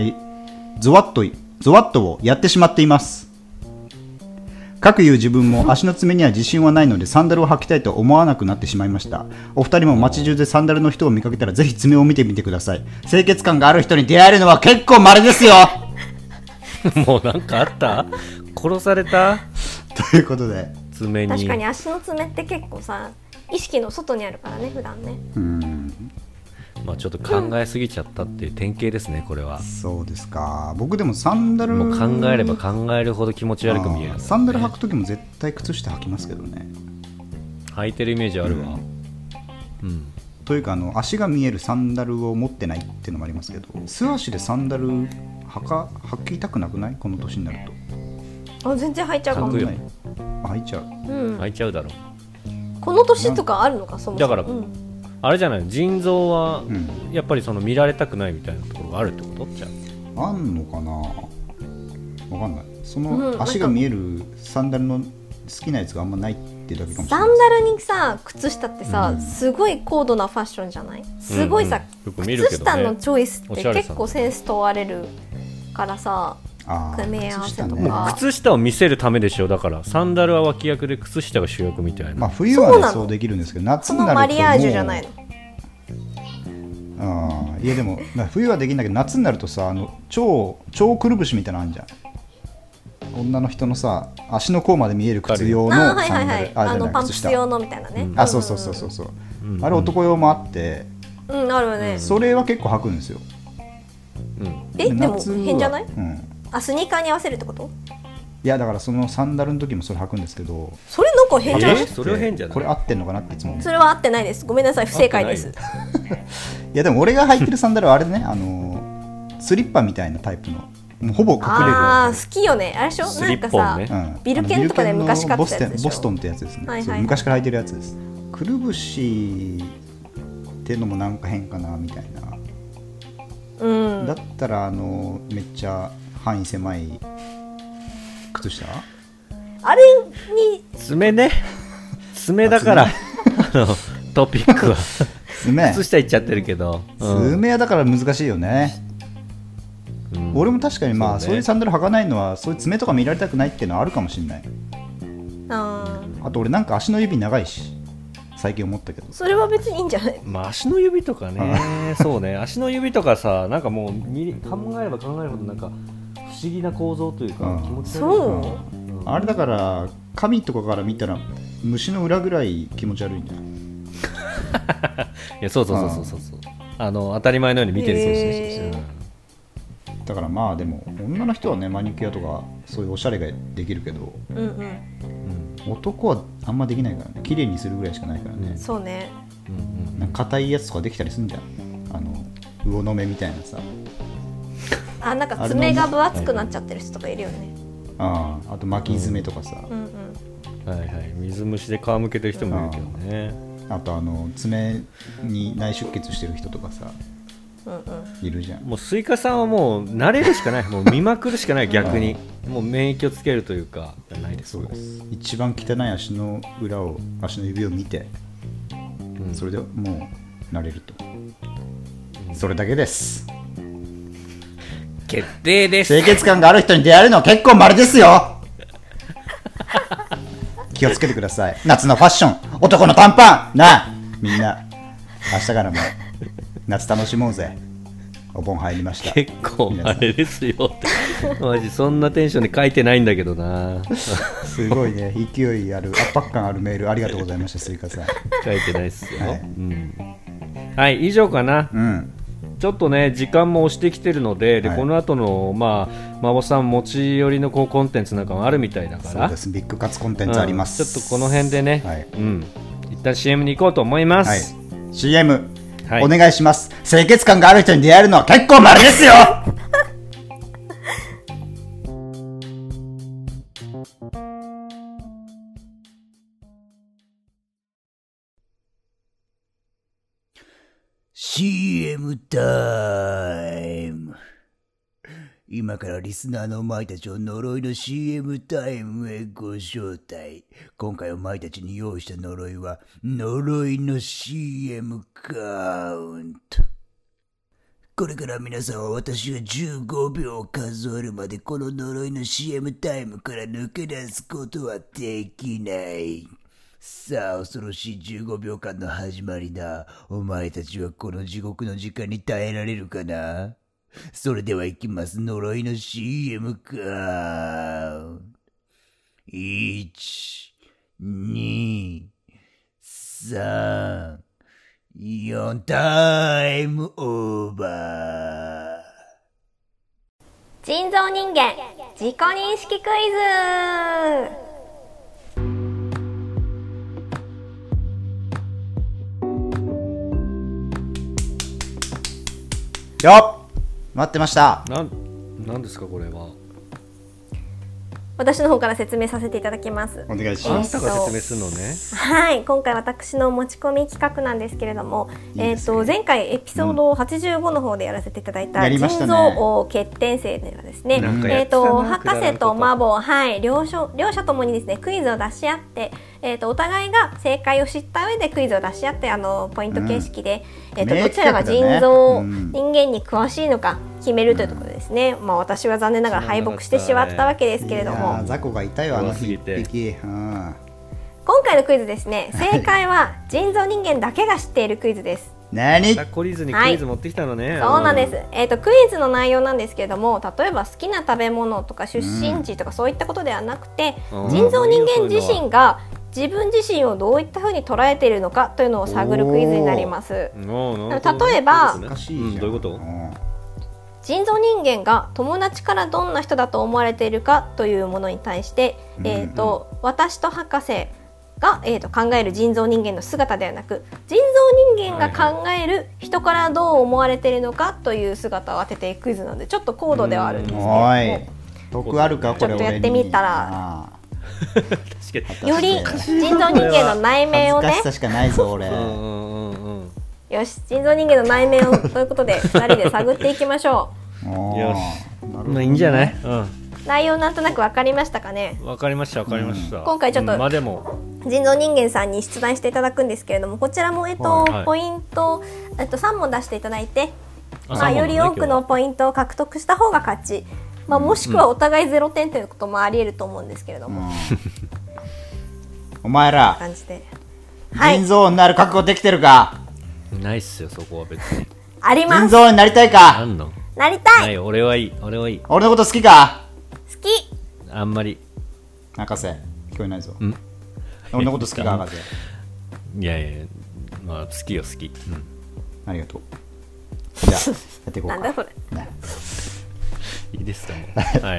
まっています。かくいう自分も足の爪には自信はないのでサンダルを履きたいと思わなくなってしまいました。お二人も街中でサンダルの人を見かけたらぜひ爪を見てみてください。清潔感がある人に出会えるのは結構稀ですよ。 もうなんかあった？殺された？ ということで爪に。 確かに足の爪って結構さ、意識の外にあるからね普段ね。 まあちょっと考えすぎちゃったっていう典型ですね、これは。 そうですか。僕でもサンダルもう考えれば考えるほど気持ち悪く見える、ね、 サンダル履く時も絶対靴下履きますけどね。 履いてるイメージあるわ。 というか足が見えるサンダルを持ってないっていうのもありますけど、素足でサンダル履きたくなくない？この年になると。全然履いちゃうかも。 履いちゃう。 履いちゃうだろう。 この年とかあるのか、そもそも。 だから、あれじゃない、腎臓はやっぱりその見られたくないみたいなところがあるってこと？じゃあんのかな、わかんない。その足が見えるサンダルの好きなやつがあんまないってだけかもしれない。 サンダルにさ、靴下ってさ、すごい高度なファッションじゃない？すごいさ、靴下のチョイスって結構センス問われるからさ、組み合わせとか。 靴下を見せるためでしょ。だからサンダルは脇役で靴下が主役みたいな。 まあ冬はね、そうできるんですけど、夏になるともうそのマリアージュじゃないの？ いやでも冬はできるんだけど、夏になるとさ、超くるぶしみたいなのあるじゃん。女の人のさ、足の甲まで見える靴用のサンダル、 パンプス用のみたいなね。 そう、あれ男用もあって、 あるよね。 それは結構履くんですよ。 でも変じゃない？スニーカーに合わせるってこと？ いやだからそのサンダルの時もそれ履くんですけど、 それなんか変じゃない？ それは変じゃない？ これ合ってんのかなっていつも。 それは合ってないです。ごめんなさい、不正解です。 いやでも俺が履いてるサンダルはあれね、スリッパみたいなタイプの、もうほぼ隠れる。 好きよね。あれでしょ、なんかさ、ビルケンとかで昔買ってたやつでしょ。 ボストンってやつですね。昔から履いてるやつです。くるぶしっていうのもなんか変かなみたいな。だったらめっちゃ範囲狭い靴下？ あれに爪だからトピックは靴下いっちゃってるけど、 爪はだから難しいよね。俺も確かにそういうサンダル履かないのは、そういう爪とか見られたくないっていうのはあるかもしれない。あと俺なんか足の指長いし、最近思ったけど。 それは別にいいんじゃない？ 足の指とかね、そうね、足の指とかさ、なんかもう考えれば考えるほどなんか不思議な構造というか、気持ち悪い。 そう、 あれだから髪とかから見たら虫の裏ぐらい気持ち悪いんだよ。 いや、そう当たり前のように見てる選手です。 だからでも女の人はね、マニキュアとかそういうおしゃれができるけど、男はあんまできないからね。綺麗にするぐらいしかないからね。 そうね。 なんか硬いやつとかできたりするんじゃん。魚の目みたいなさ。 なんか爪が分厚くなっちゃってる人とかいるよね。 あと巻き爪とかさ。 水虫で皮むけてる人もいるけどね。 あと爪に内出血してる人とかさ、いるじゃん。 もうスイカさんはもう慣れるしかない。もう見まくるしかない。逆にもう免疫をつけるというかじゃないです。 そうです。一番汚い足の指を見て、それでもう慣れると、それだけです。 決定です。 清潔感がある人に出会えるのは結構稀ですよ。気をつけてください。夏のファッション、男の短パンなあ、みんな明日からも夏楽しもうぜ。お盆入りました。 結構あれですよってマジそんなテンションで書いてないんだけどな。 すごいね、勢いある、圧迫感あるメールありがとうございました。スイカさん書いてないっすよ。はい、以上かな。ちょっとね時間も押してきてるので、この後の孫さん持ち寄りのコンテンツなんかもあるみたいだから、 そうです、ビッグカツコンテンツあります。 ちょっとこの辺でね、一旦 CM に行こうと思います。 CM、お願いします。清潔感がある人に出会えるのは結構稀ですよ。CM タイム。今からリスナーのお前たちを呪いの CM タイムへご招待。今回お前たちに用意した呪いは呪いの CM カウント。これから皆さんは私が15秒数えるまでこの呪いの CM タイムから抜け出すことはできない。さあ、恐ろしい15秒間の始まりだ。お前たちはこの地獄の時間に耐えられるかな？それでは行きます。呪いの CM か。1、2、3、 4タイムオーバー。 人造人間自己認識クイズ。よっ、待ってました。 なんですかこれは。 私の方から説明させていただきます。 お願いします。 あんたが説明するのね。 はい、今回私の持ち込み企画なんですけれども、前回エピソード85の方でやらせていただいた人造王欠点生ではですね、博士とマボ、両者ともにですねクイズを出し合って、お互いが正解を知った上でクイズを出し合ってポイント形式で、どちらが人造人間に詳しいのか決めるというところですね。私は残念ながら敗北してしまったわけですけれども、 雑魚がいたよ、あの日一匹。 今回のクイズですね、正解は人造人間だけが知っているクイズです。 何？ 懲りずにクイズ持ってきたのね。 そうなんです。クイズの内容なんですけれども、例えば好きな食べ物とか出身地とかそういったことではなくて、人造人間自身が自分自身をどういったふうに捉えているのかというのを探るクイズになります。例えば、 どういうこと？ 人造人間が友達からどんな人だと思われているかというものに対して、私と博士が、考える人造人間の姿ではなく、人造人間が考える人からどう思われているのかという姿を当てていくクイズなので、ちょっと高度ではあるんですけども、 得あるかこれ。 ちょっとやってみたらより人造人間の内面をね、 恥ずかしさしかないぞ俺。 よし、人造人間の内面をということで2人で探っていきましょう。よし、いいんじゃない？ 内容なんとなく分かりましたかね？ 分かりました。 今回ちょっと人造人間さんに出題していただくんですけれども、こちらもポイント3問出していただいて、より多くのポイントを獲得した方が勝ち、もしくはお互い0点ということもあり得ると思うんですけれども、 お前ら感じで人造になる覚悟できてるか？ ないっすよ、そこは別に。 あります。 人造になりたいか？ なりたい。 俺はいい。俺のこと好きか？ 好き。 あんまり。 博士、聞こえないぞ。俺のこと好きか、博士？ いや、好きよ、好き。 ありがとう。じゃあやっていこうか。 なんだそれ。 いいですかね。はい。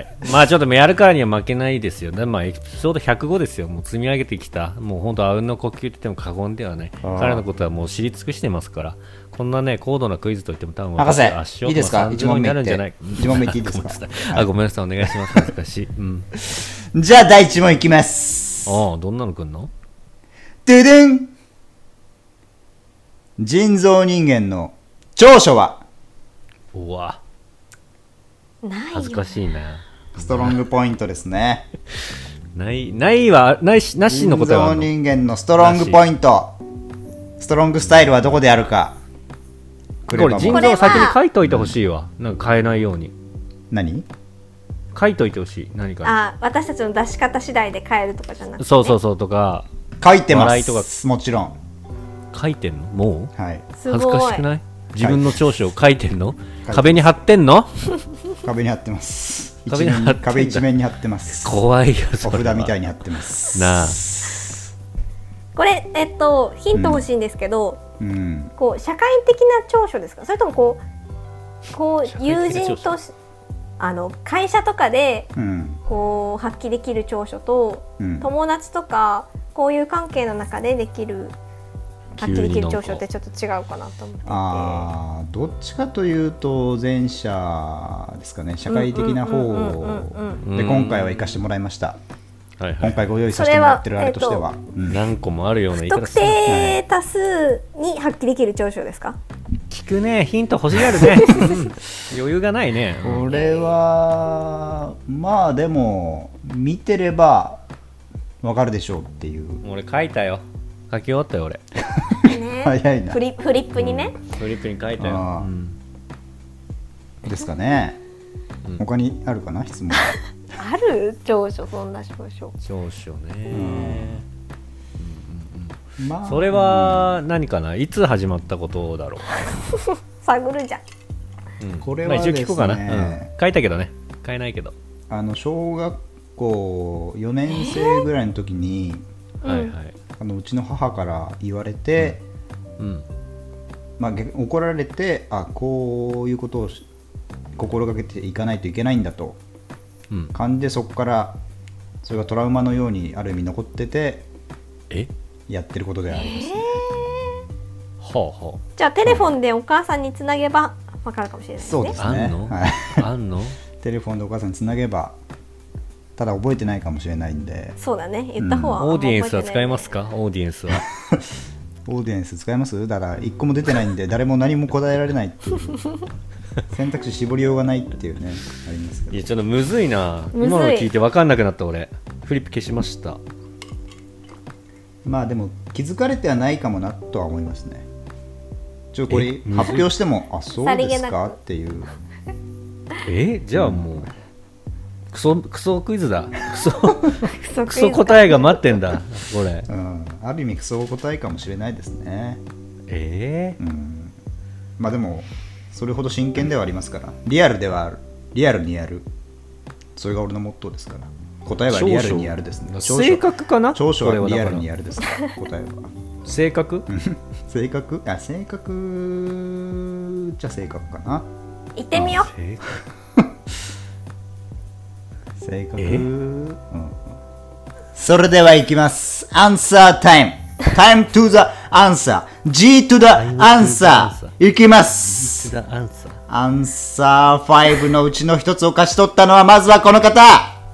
ちょっとやるからには負けないですよ。エピソード105ですよ。もう積み上げてきた。もう本当あうんの呼吸って言っても過言ではない。彼のことはもう知り尽くしてますから。こんなね高度なクイズといっても多分博士いいですか？1問目になるんじゃない？ 1問目いっていいですか？ ごめんなさい、お願いします。恥ずかしい。 じゃあ第1問いきます。 どんなのくんの？ ででん。人造人間の長所は？ うわ。 恥ずかしいな。 ストロングポイントですね。 ないはなしの答えはあるの？ 人造人間のストロングポイント、ストロングスタイルはどこであるか。 これ人造先に書いといてほしいわ。なんか変えないように。 何？ 書いといてほしい。何か。 私たちの出し方次第で変えるとかじゃなくて、ね。 そうとか。 書いてます。もちろん。 書いてんの？もう？ はい。 恥ずかしくない？自分の長所を書いてんの？壁に貼ってんの？ 壁に貼ってます。壁一面に貼ってます。 怖いよ。 お札みたいに貼ってます。 なあ。 これヒント欲しいんですけど、こう社会的な長所ですか？それともこう友人と会社とかでこう発揮できる長所と、友達とかこういう関係の中で発揮できる長所ってちょっと違うかなと思っていて。 どっちかというと前者ですかね。社会的な方で今回は生かしてもらいました。今回ご用意させてもらってるあれとしては、 何個もあるような言い方不特定多数に発揮できる長所ですか？ 聞くね。ヒント欲しがるね。余裕がないね。 これはでも見てればわかるでしょうっていう。 俺書いたよ。書き終わったよ俺。 早いな。 フリップにね。 フリップに書いたよ。 ですかね。他にあるかな質問。 ある長所、そんな長所。 長所ね。それは何かな。いつ始まったことだろう。 探るじゃん。 これはですね。 一応聞こうかな。書いたけどね。変えないけど。 小学校4年生ぐらいの時に、うちの母から言われて、 怒られて、こういうことを心がけていかないといけないんだと感じで、そこからそれがトラウマのようにある意味残っててやってることでありますね。 じゃあテレフォンでお母さんにつなげば分かるかもしれないですね。 そうですね。 あんのテレフォンでお母さんにつなげば、ただ覚えてないかもしれないんで。 そうだね、言った方は、 オーディエンスは使えますか？オーディエンスはオーディエンス使えます？だから1個も出てないんで誰も何も答えられないっていう選択肢絞りようがないっていうね、ありますけど。 いやちょっとむずいな。今の聞いて分かんなくなった。俺フリップ消しました。 まあでも気づかれてはないかもなとは思いますね。これ発表してもそうですかっていう。 じゃあもうクソクイズだ。クソ答えが待ってんだこれ。 ある意味クソ答えかもしれないですね。まあでもそれほど真剣ではありますから、リアルではある、リアルにやる、それが俺のモットーですから。答えはリアルにやるですね。 正確かな？ 長所はリアルにやるですから答えは。 正確？ 正確？正確じゃ正確かな。 言ってみよう。 正確。それではいきます。アンサータイム。Time to the answer. G to the answer. いきます。アンサー5のうちの一つを勝ち取ったのはまずはこの方。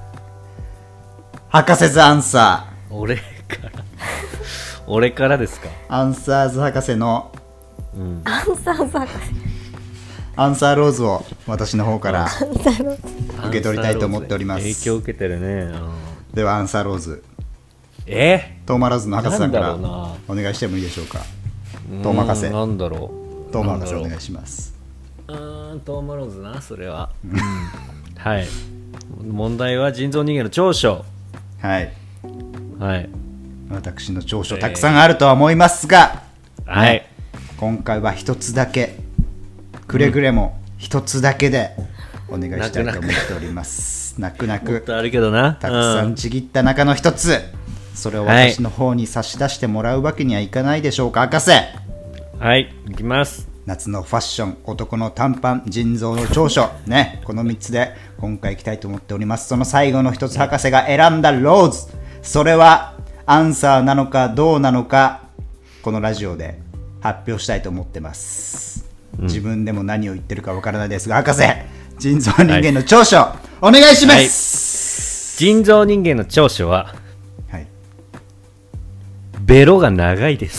博士ズアンサー。俺からですか？ アンサーズ博士の、 アンサーズ博士。 アンサーローズを私の方から受け取りたいと思っております。 影響を受けてるね。 ではアンサーローズ。トーマローズの博士さんからお願いしてもいいでしょうか。トーマ博士。 なんだろう。トーマ博士お願いします。 トーマローズな、それは。はい。問題は人造人間の長所。 はい。 はい。 私の長所たくさんあるとは思いますが、 はい。 今回は一つだけ、くれぐれも一つだけでお願いしたいと思っております。泣く泣く。 もっとあるけどな。 たくさんちぎった中の一つ。それを私の方に差し出してもらうわけにはいかないでしょうか、博士。 はい、いきます。 夏のファッション、男の短パン、腎臓の長所ね、この3つで今回いきたいと思っております。その最後の一つ、博士が選んだローズ、それはアンサーなのかどうなのか、このラジオで発表したいと思ってます。自分でも何を言ってるかわからないですが、博士、人造人間の長所、お願いします。 人造人間の長所は、ベロが長いです。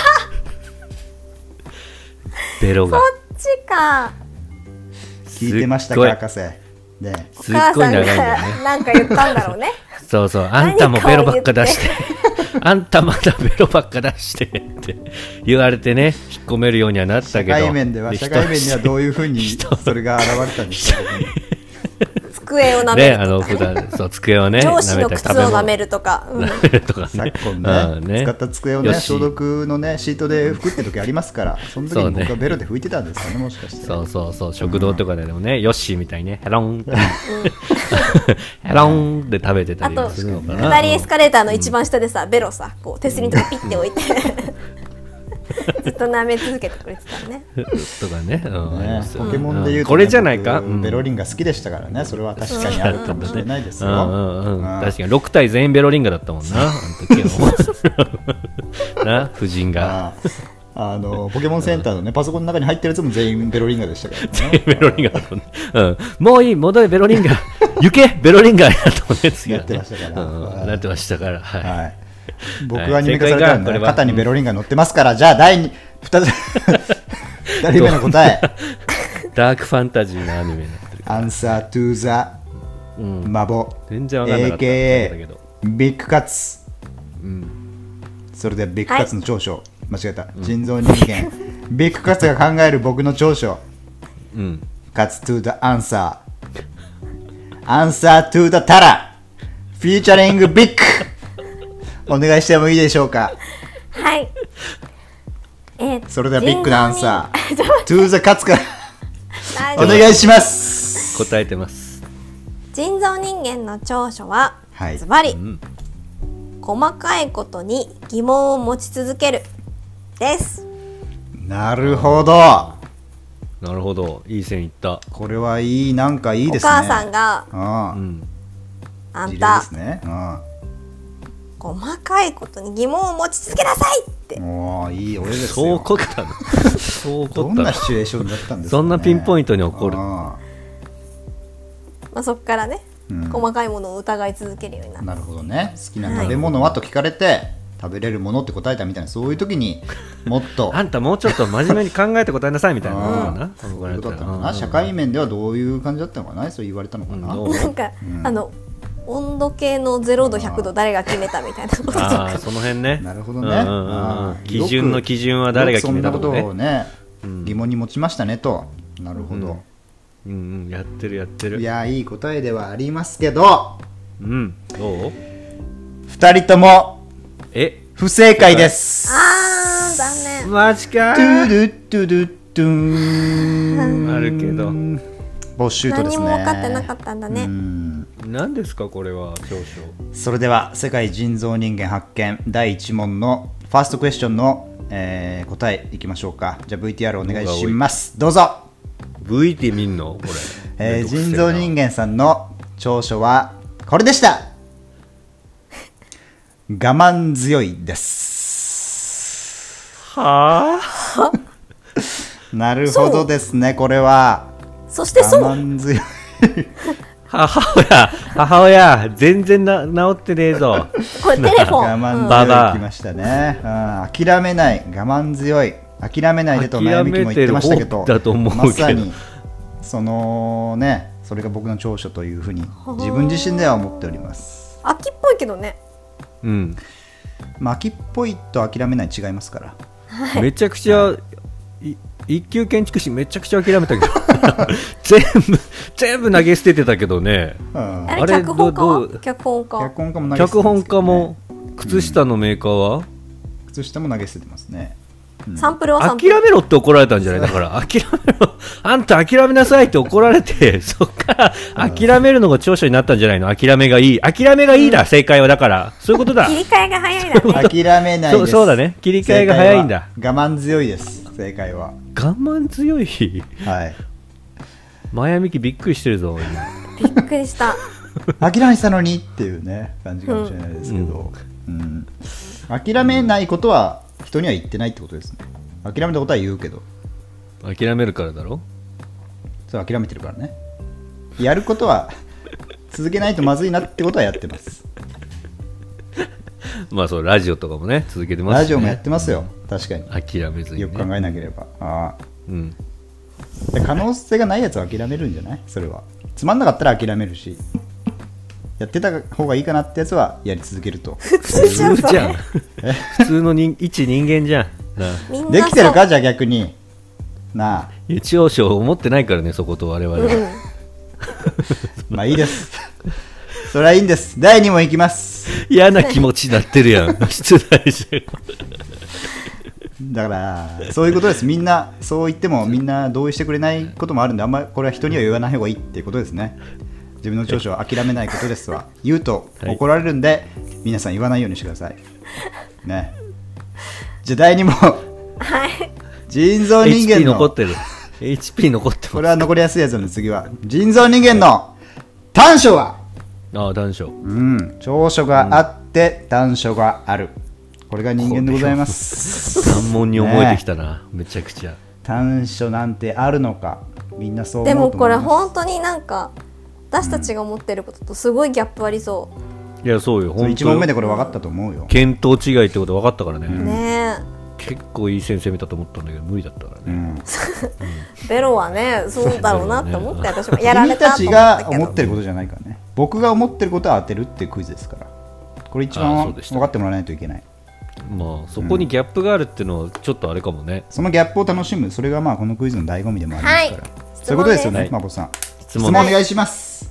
ベロが。 そっちか。 聞いてましたか、博士。 ね、すっごい長いんだよね。 なんか言ったんだろうね。 そうそう、あんたもベロばっか出して、あんたまだベロばっか出してって言われてね、引っ込めるようにはなったけど。 社会面にはどういうふうにそれが現れたんですか。 机を舐めるとか、 ね、普段そう机をね、 上司の靴を舐めるとか、 昨今ね、使った机をね、消毒のねシートで拭くって時ありますから、その時に僕はベロで拭いてたんですかね、もしかして。 そう食堂とかでもね、ヨッシーみたいにね、ヘロンヘロンで食べてたりするのかな。 下りエスカレーターの一番下でさ、ベロさ、こう手すりにピッて置いてずっと舐め続けてくれてたね。 とかね、 ポケモンでいうと、 これじゃないか。 ベロリンガ好きでしたからね、それは確かにあるかもしれないですよ。 確かに6体全員ベロリンガだったもんな、あの時のな、夫人が。 ポケモンセンターのね、パソコンの中に入ってるやつも全員ベロリンガでしたからね。 全員ベロリンガだったね。もういい、戻れベロリンガ、行けベロリンガやとね、次はなってましたから。 なってましたから。はい。 僕がアニメ化されたら肩にベロリンガ乗ってますから、じゃあ2人目の答え。 ダークファンタジーのアニメになってる。 アンサートゥーザマボ、 全然わかんなかった AKA ビッグカツ。それでビッグカツの長所、間違えた、人造人間ビッグカツが考える僕の長所、カツトゥーザアンサー、アンサートゥーザタラ、フィーチャリングビッグ。お願いしてもいいでしょうか。 はい。 それではビッグなアンサー、トゥーザカツからお願いします。 答えてます。 人造人間の長所は、ズバリ、細かいことに疑問を持ち続けるです。 なるほど。 なるほど、いい線いった。 これはいい、なんかいいですね。 お母さんが、あんた、 ですね、 細かいことに疑問を持ち続けなさいって。 もういい親ですよ。 そう怒ったの。そう怒ったの。 どんなシチュエーションだったんですかね。 そんなピンポイントに怒る。 まあ、そこからね、細かいものを疑い続けるようになった。 なるほどね。好きな食べ物はと聞かれて、食べれるものって答えたみたいな、そういう時にもっとあんたもうちょっと真面目に考えて答えなさいみたいなことかな。 そういうことだったのかな。社会面ではどういう感じだったのかな。そう言われたのかな。 なんか、温度計の0度100度誰が決めたみたいなこととか。 その辺ね。 なるほどね。 基準の基準は誰が決めたのかね。 そんなことをね、疑問に持ちましたねと。なるほど。 やってるやってる。 いや、いい答えではありますけど、 どう ？2人とも不正解です。 残念。 マジか。 トゥルトゥルトゥーン。 あるけど。 ボッシュートですね。 何も分かってなかったんだね。 何ですかこれは長所。 それでは世界人造人間発見第1問のファーストクエスチョンの、答えいきましょうか。じゃあ VTR お願いします。どうぞ。 V で見んのこれ。 人造人間さんの長所はこれでした。我慢強いです。 はあ。 なるほどですね。これはそしてそう我慢強い。 母親全然治ってねえぞ。 これテレフォン。 我慢強いきましたね。諦めない、我慢強い、諦めないでと悩みきも言ってましたけど、まさにそのね、それが僕の長所というふうに自分自身では思っております。 秋っぽいけどね。 まあ秋っぽいと諦めない違いますから。 めちゃくちゃ一級建築士めちゃくちゃ諦めたけど全部投げ捨ててたけどね。 あれ脚本家も靴下のメーカーは靴下も投げ捨ててますね。 サンプルはサンプル。 諦めろって怒られたんじゃない。だから諦めろ、あんた諦めなさいって怒られて、そっから諦めるのが長所になったんじゃないの。諦めがいいだ、正解は。だからそういうことだ。 切り替えが早いだね。 諦めないです。 そうだね、切り替えが早いんだ。 我慢強いです。正解は我慢強い。 はい。 マヤミキびっくりしてるぞびっくりした。 諦めたのにっていうね感じかもしれないですけど、諦めないことは人には言ってないってことですね。諦めたことは言うけど、 諦めるからだろ。 それ諦めてるからね。やることは続けないとまずいなってことはやってます。 まあそう、ラジオとかもね続けてますしね。 ラジオもやってますよ。確かに諦めずに、ね、 よく考えなければ。可能性がないやつは諦めるんじゃない。それはつまんなかったら諦めるし、やってた方がいいかなってやつはやり続けると。 普通じゃん。 普通の一人間じゃんな。 できてるかじゃあ逆になあ。 長所思ってないからね、そこと我々。 まあいいです。それはいいんです。第2問いきます。 嫌な気持ちになってるやん。出題者だからそういうことです。みんなそう言ってもみんな同意してくれないこともあるんで、あんまりこれは人には言わない方がいいっていうことですね。自分の長所は諦めないことですわ。言うと怒られるんで、皆さん言わないようにしてくださいね。じゃあ第2問。人造人間の HP 残ってます。 これは残りやすいやつなんで、次は人造人間の短所は。 短所。 長所があって短所がある。これが人間でございます。 難問に思えてきたな、めちゃくちゃ。 短所なんてあるのか、みんなそう思うと思います。 でもこれ本当になんか私たちが思ってることとすごいギャップありそう。 いや、そうよ。 1問目でこれ分かったと思うよ。 見当違いってこと分かったからね。 ねえ。結構いい先生見たと思ったんだけど無理だったからね。 ベロはね、そうだろうなって思って私もやられたと思ったけど。 君たちが思ってることじゃないからね。僕が思ってることを当てるっていうクイズですから。これ一番分かってもらわないといけない。 まあそこにギャップがあるっていうのはちょっとあれかもね。 そのギャップを楽しむ、それがまあこのクイズの醍醐味でもありますから。そういうことですよね、まぼさん。質問お願いします。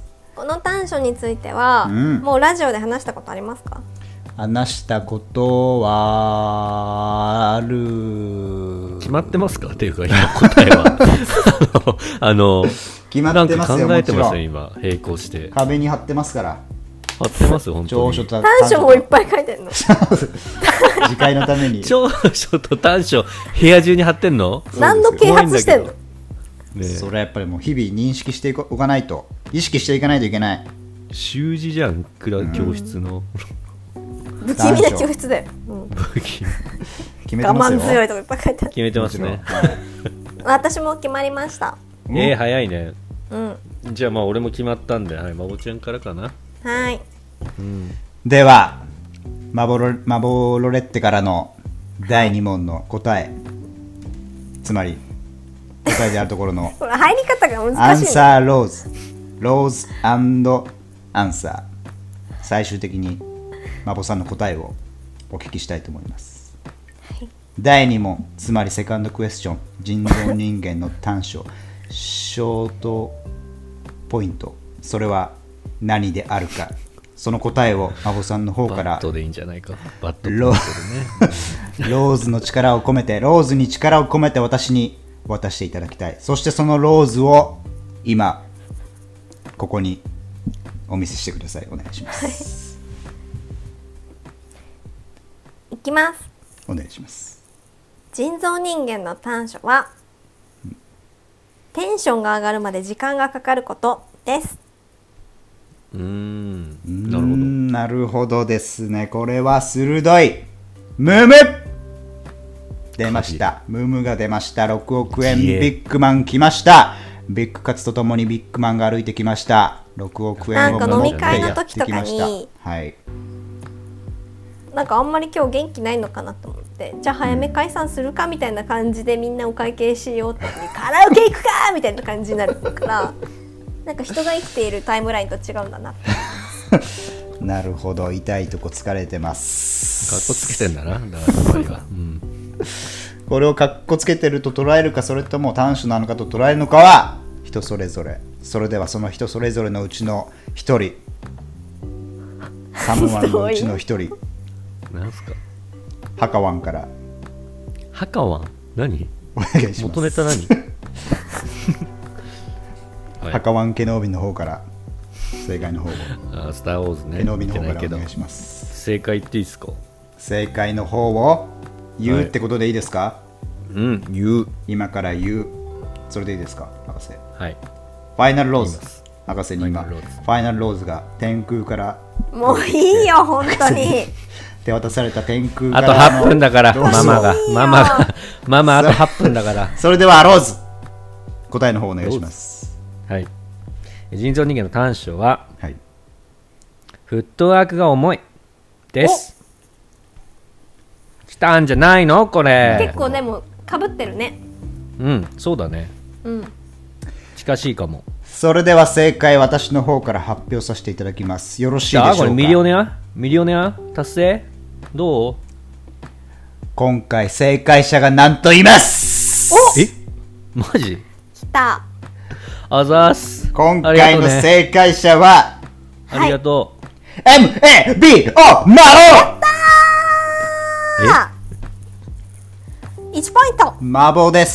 この短所については、もうラジオで話したことありますか？ 話したことはある。 決まってますかっていうか、今答えは決まってますよ。 考えてますよ今並行して。 壁に貼ってますから。 貼ってます本当に。 長所と短所もいっぱい書いてんの。 次回のために。 長所と短所部屋中に貼ってんの？ 何度啓発してんの？ ね、 それはやっぱりもう日々認識しておかないと、意識していかないといけない。 習字じゃん、教室の。 不気味な教室だよ。 不気味。 決めてますよ。 我慢強いとかいっぱい書いてある。 決めてますね。 私も決まりました。 早いね。 うん。 じゃあまあ俺も決まったんで、はい、まぼちゃんからかな。 はい。 ではマボロレッテからの第2問の答え、つまり答えであるところのこれ入り方がアン難しいの。 サーローズアンサー、最終的にマボさんの答えをお聞きしたいと思います。第2問、つまりセカンドクエスチョン、人造人間の短所ショートポイント、それは何であるか。その答えをマボさんの方からバットでいいんじゃないか。バットローズの力を込めて、ローズに力を込めて私に渡していただきたい。そしてそのローズを今ここにお見せしてください。お願いします。 いきます。 お願いします。 人造人間の短所は、テンションが上がるまで時間がかかることです。 なるほどですね。これは鋭い。ムム出ました。ムムが出ました。6億円ビッグマン来ました。ビッグカツとともにビッグマンが歩いてきました。6億円をなんか飲み会の時とかに、 はい、 なんかあんまり今日元気ないのかなと思って、じゃあ早め解散するかみたいな感じでみんなお会計しようってカラオケ行くかみたいな感じになるからなんか人が生きているタイムラインと違うんだなってなるほど、痛いとこ疲れてます。 かっこつけてんだな、だからやっぱりは、 これをかっこつけてると捉えるか、それとも短所なのかと捉えるのかは人それぞれ。それではその人それぞれのうちの一人、サムワンのうちの一人、 なんすかハカワンからハカワン何お願いします。 元ネタ何ハカワンケノービンの方から正解の方を。 スター・ウォーズね。 ケノービンの方から見てないけどお願いします。 正解言っていいですか？ 正解の方を言うってことでいいですか？ 言う。 今から言う。それでいいですか、博士。 はい。 ファイナルローズ言います。 博士に今ファイナルローズファイナルローズが天空からもういいよ本当に手渡された天空かあとらの 8分だから、 ローズをママあと8分だからそれではローズ答えの方お願いします。 はい。人造人間の短所ははい、 フットワークが重いです。来たんじゃないのこれ。 結構でもかぶってるね。 そうだね。近しいかも。 それでは正解、私の方から発表させていただきます。よろしいでしょうか。 これミリオネア達成どう？ 今回正解者がなんといます。 マジ？ 来た。 あざーす。 今回の正解者はありがとう。 MABO マロ 1ポイント。 マボです。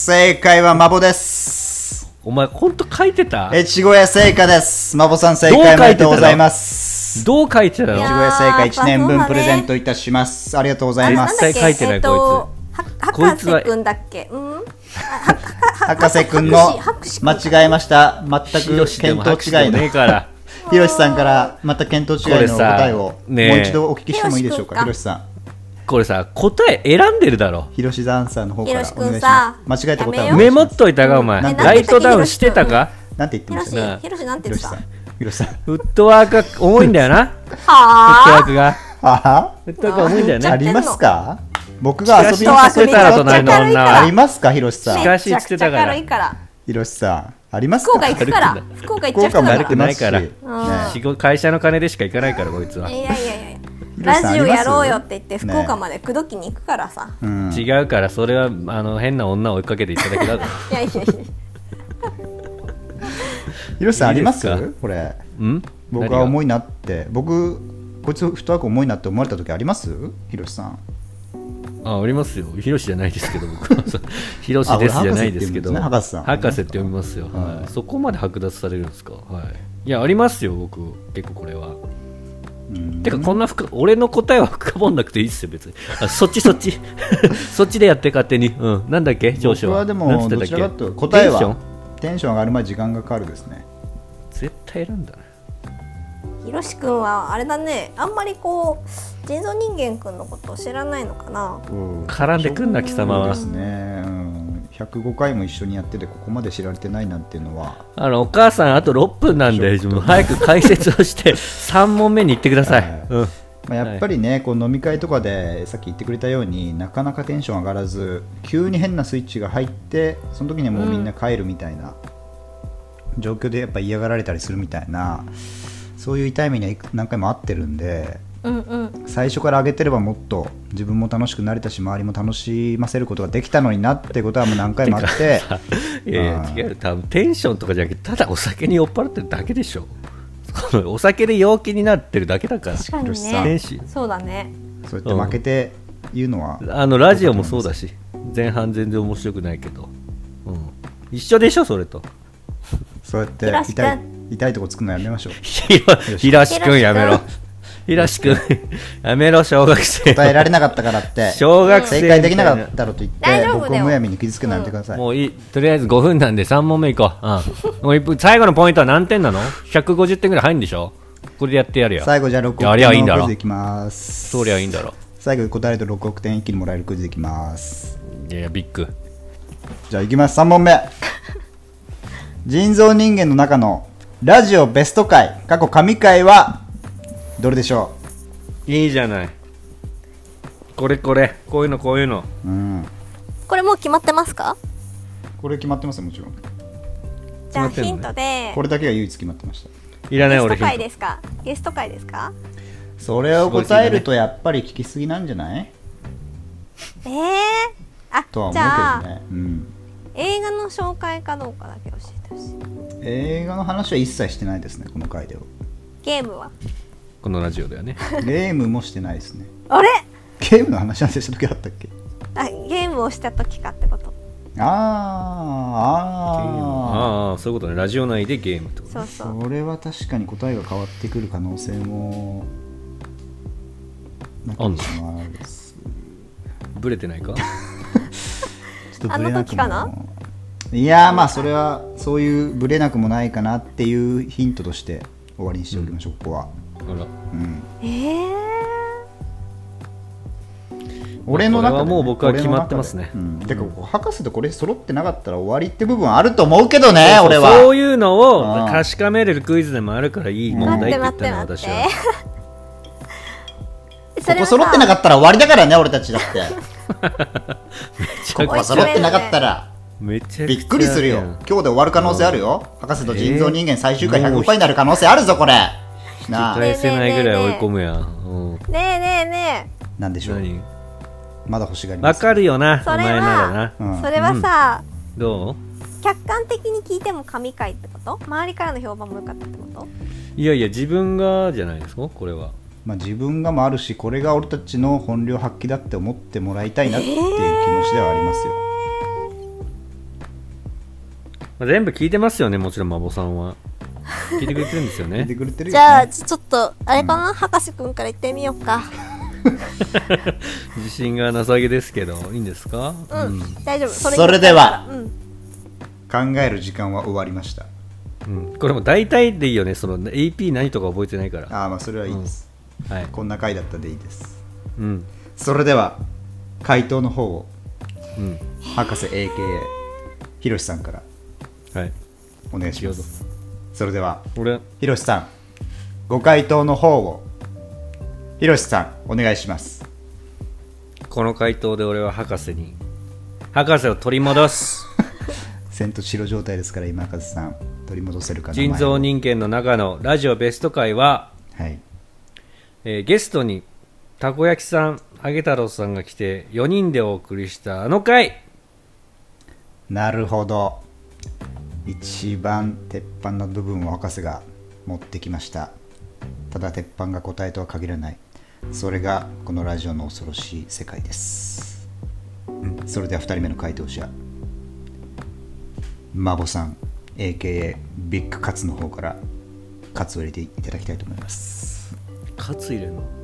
正解はマボです。 お前ほんと書いてた？ 越後屋製菓です。マボさん正解おめでとうございます。 どう書いてたの？ 越後屋製菓1年分プレゼントいたします。ありがとうございます。 絶対書いてないこ博士くんだっけ？ 博士くんの間違えました。全く見当違いのひろしさんからまた見当違いの答えをもう一度お聞きしてもいいでしょうか。ひろしさん、 これさ答え選んでるだろ。 ひろしアンサーの方からお願いします。間違えた答えをメモっといたかお前。ライトダウンしてたか？ なんて言ってました？ ひろしなんて言ってた？ ひろしさん、 フットワークが重いんだよな。フットワークが。フットワークが重いんだよね。 ありますか？僕が遊びに誘ったら隣の女はありますか？ひろしさん、 しかし言ってたから。 ひろしさんありますか？ 福岡行くから。福岡行っちゃうから。 悪くないから。会社の金でしか行かないからこいつは。 いやラジオやろうよって言って福岡まで口説きに行くからさ。 違うから、それは変な女を追いかけていただけだぞ。 いやひろしさんあります？これ僕は重いなって、僕こいつフットワーク重いなって思われた時あります？ひろしさん。 ありますよ。ひろしじゃないですけど僕はひろしですじゃないですけど、 博士って読みますよ。そこまで剥奪されるんですか？いやありますよ僕結構これは。 てかこんな俺の答えは深掘んなくていいっすよ別に。そっちそっちでやって勝手に。なんだっけ上司は。 僕はでもどちらかというと答えはテンション上がるまで時間がかかるですね。 絶対選んだな。 ひろしくんはあれだね、あんまりこう人造人間くんのことを知らないのかな。 絡んでくんな貴様は。 そうですね、105回も一緒にやっててここまで知られてないなんていうのは、 お母さんあと6分なんで早く解説をして3問目に行ってください。 やっぱりね、こう飲み会とかでさっき言ってくれたようになかなかテンション上がらず急に変なスイッチが入ってその時にはもうみんな帰るみたいな状況でやっぱ嫌がられたりするみたいな、そういう痛い目には何回も遭ってるんで、最初から上げてればもっと自分も楽しくなれたし周りも楽しませることができたのになってことはもう何回もあっていや違う、多分テンションとかじゃなくてただお酒に酔っ払ってるだけでしょ。お酒で陽気になってるだけだから。 確かにね。そうだね。 そうやって負けて言うのは、 ラジオもそうだし前半全然面白くないけど、一緒でしょそれと。 そうやって痛いとこつくのやめましょう。 ひろしくんやめろ。ひろしくんやめろ。小学生答えられなかったからって小学生正解できなかったろと言って僕をむやみに傷つけないでください。 もういい、とりあえず5分なんで3問目いこう。もう1分。最後のポイントは何点なの？ 150 点ぐらい入るんでしょ。これでやってやるよ。 最後じゃあ6億点のクイズいきます。 そりゃいいんだろ。 最後答えると6億点一気にもらえるクイズいきます。 いやビッグ。 じゃあいきます。3問目人造人間の中のラジオベスト回過去神回はどれでしょう？いいじゃない。こういうの、これもう決まってますか？ これ決まってますよ、もちろん。 じゃあヒントで、 これだけが唯一決まってました。 いらない。俺ゲスト回ですか？ゲスト回ですか？ それを答えるとやっぱり聞きすぎなんじゃない？とは思うけどね。 映画の紹介かどうかだけ教えてほしい。 映画の話は一切してないですね、この回では。 ゲームは？ このラジオではね。 ゲームもしてないですね。 あれ？ ゲームの話なんてした時あったっけ？ ゲームをした時かってこと。 そういうことね。ラジオ内でゲームってことね。 それは確かに答えが変わってくる可能性もなきにしもあらずです。 ブレてないか？ あの時かな？ いやまあそれはそういうブレなくもないかなっていうヒントとして終わりにしておきましょう、ここは。俺の中で、 もう僕は決まってますね。 てか博士とこれ揃ってなかったら終わりって部分あると思うけどね。俺はそういうのを確かめれるクイズでもあるからいい問題って言ったの私は。 ここ揃ってなかったら終わりだからね、俺たちだってここ揃ってなかったらびっくりするよ。今日で終わる可能性あるよ。博士と人造人間最終回100%になる可能性あるぞこれ。 なあ返せないぐらい追い込むやん。 ねえなんでしょう。まだ欲しがります。 わかるよな、お前ならな。それはさ、 どう？ 客観的に聞いても神回ってこと？周りからの評判も良かったってこと？ いやいや、自分がじゃないですか、これは。 自分がもあるし、これが俺たちの本領発揮だって思ってもらいたいなっていう気持ちではありますよ。 全部聞いてますよね、もちろんマボさんは。聞いてくれてるんですよね。 じゃあちょっとあれかな、博士くんから言ってみようか。 自信がなさげですけどいいんですか？ 大丈夫。 それでは、考える時間は終わりました。 これも大体でいいよね。その AP 何とか覚えてないから。 まあそれはいいです。こんな回だったでいいです。それでは回答の方を、博士 AKA ひろしさんからお願いします。それではひろしさん、ご回答の方をひろしさんお願いします。 この回答で俺は博士を取り戻す。 千と千尋状態ですから今、博士さん取り戻せるかな。 人造人間の中のラジオベスト回は、ゲストにたこ焼きさん、あげ太郎さんが来て4人でお送りしたあの回。 なるほど。一番鉄板の部分を博士が持ってきました。ただ鉄板が答えとは限らない。それがこのラジオの恐ろしい世界です。それでは2人目の回答者、マボさん AKA ビッグカツの方からカツを入れていただきたいと思います。 カツ入れんの？ も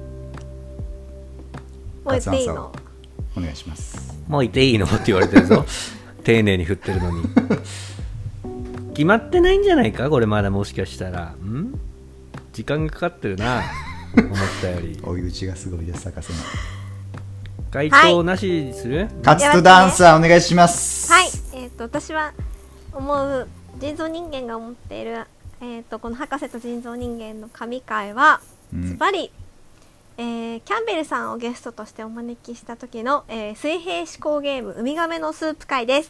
う言っていいの？ お願いします。 もういていいのって言われてるぞ。丁寧に振ってるのに。決まってないんじゃないかこれまだもしかしたら。時間がかかってるな。思ったより。 追い打ちがすごいです、博士の。 回答なしにする？ カツとダンサーお願いします。 はい、私は思う人造人間が思っている、この博士と人造人間の神回はズバリキャンベルさんをゲストとしてお招きした時の、水平思考ゲームウミガメのスープ会です。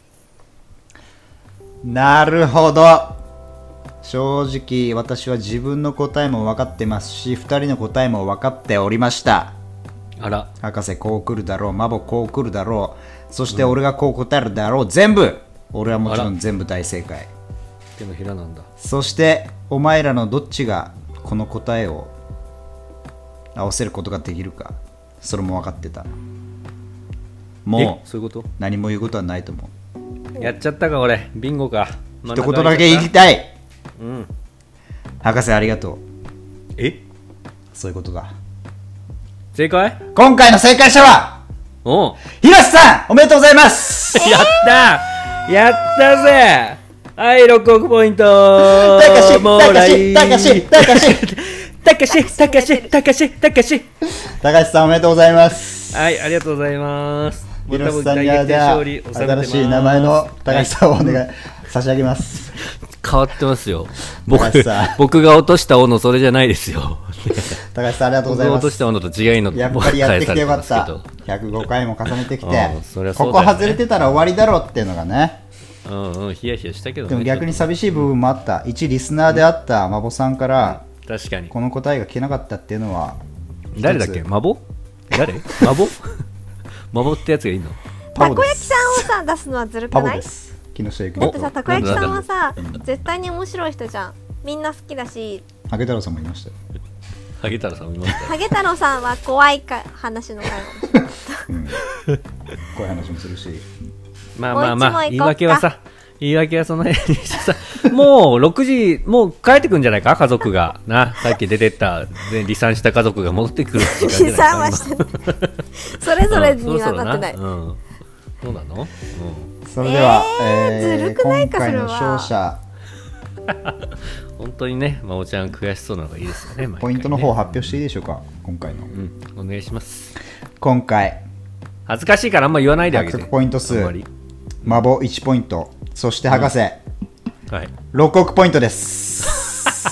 なるほど。正直私は自分の答えも分かってますし、2人の答えも分かっておりました。 あら、 博士こう来るだろう、マボこう来るだろう、そして俺がこう答えるだろう、全部俺はもちろん全部大正解。 手のひらなんだ。 そしてお前らのどっちがこの答えを合わせることができるか、それも分かってた。もそういうこと？ う何も言うことはないと思う。 やっちゃったか俺、ビンゴか。 一言だけ言いたい。 うん。 博士ありがとう。 え？ そういうことだ。 正解？ 今回の正解者はおう。 ひろしさん、おめでとうございます。 やったやったぜ。はい、6億ポイント。 たかし、 もうたかし、たかし、たかし、 たかし、たかし、たかし、たかし。 高橋さんおめでとうございます。 はい、ありがとうございます。 ひろしさんにはじゃあ新しい名前の高橋さんをお願い、差し上げます。 変わってますよ。 高橋さん僕が落とした斧それじゃないですよ。 高橋さんありがとうござい僕がます。 落とした斧と違いのやっぱりやってきてよかった。 返されてます 105回も重ねてきて、 そりゃそうこだよねこ外れてたら終わりだろうっていうのがね。 ヒヤヒヤしたけどね。 でも逆に寂しい部分もあった。一リスナーであったマボさんから確かに。 この答えが聞けなかったっていうのは、 誰だっけ？マボ？誰？マボ？マボってやつがいいの？ たこ焼きさんをさ出すのはずるくパボない？ です。木下ゆきのだってさ、たこ焼きさんはさ絶対に面白い人じゃん。みんな好きだし、 ハゲ太郎さんもいましたよ。 ハゲ太郎さんもいました。 ハゲ太郎さんは怖い話の会話。 こういう話もするし、 まあまあまあ、 もう一問行こっか言い訳はその辺にしてさ、もう6時、もう帰ってくんじゃないか、家族が。な、さっき出てった、で離散した家族が戻ってくる時間じゃないか。 離散はしてない。それぞれにはなってない。 そうなの？ それでは、 ずるくないか今回のそれは勝者、 本当にね、まおちゃん悔しそうなのがいいですよね。毎回ねポイントの方発表していいでしょうか。今回の、 お願いします。 今回恥ずかしいからあんま言わないであげて。 獲得ポイント数あんまりマボ1ポイント、そして博士、 はい。 6億ポイントです。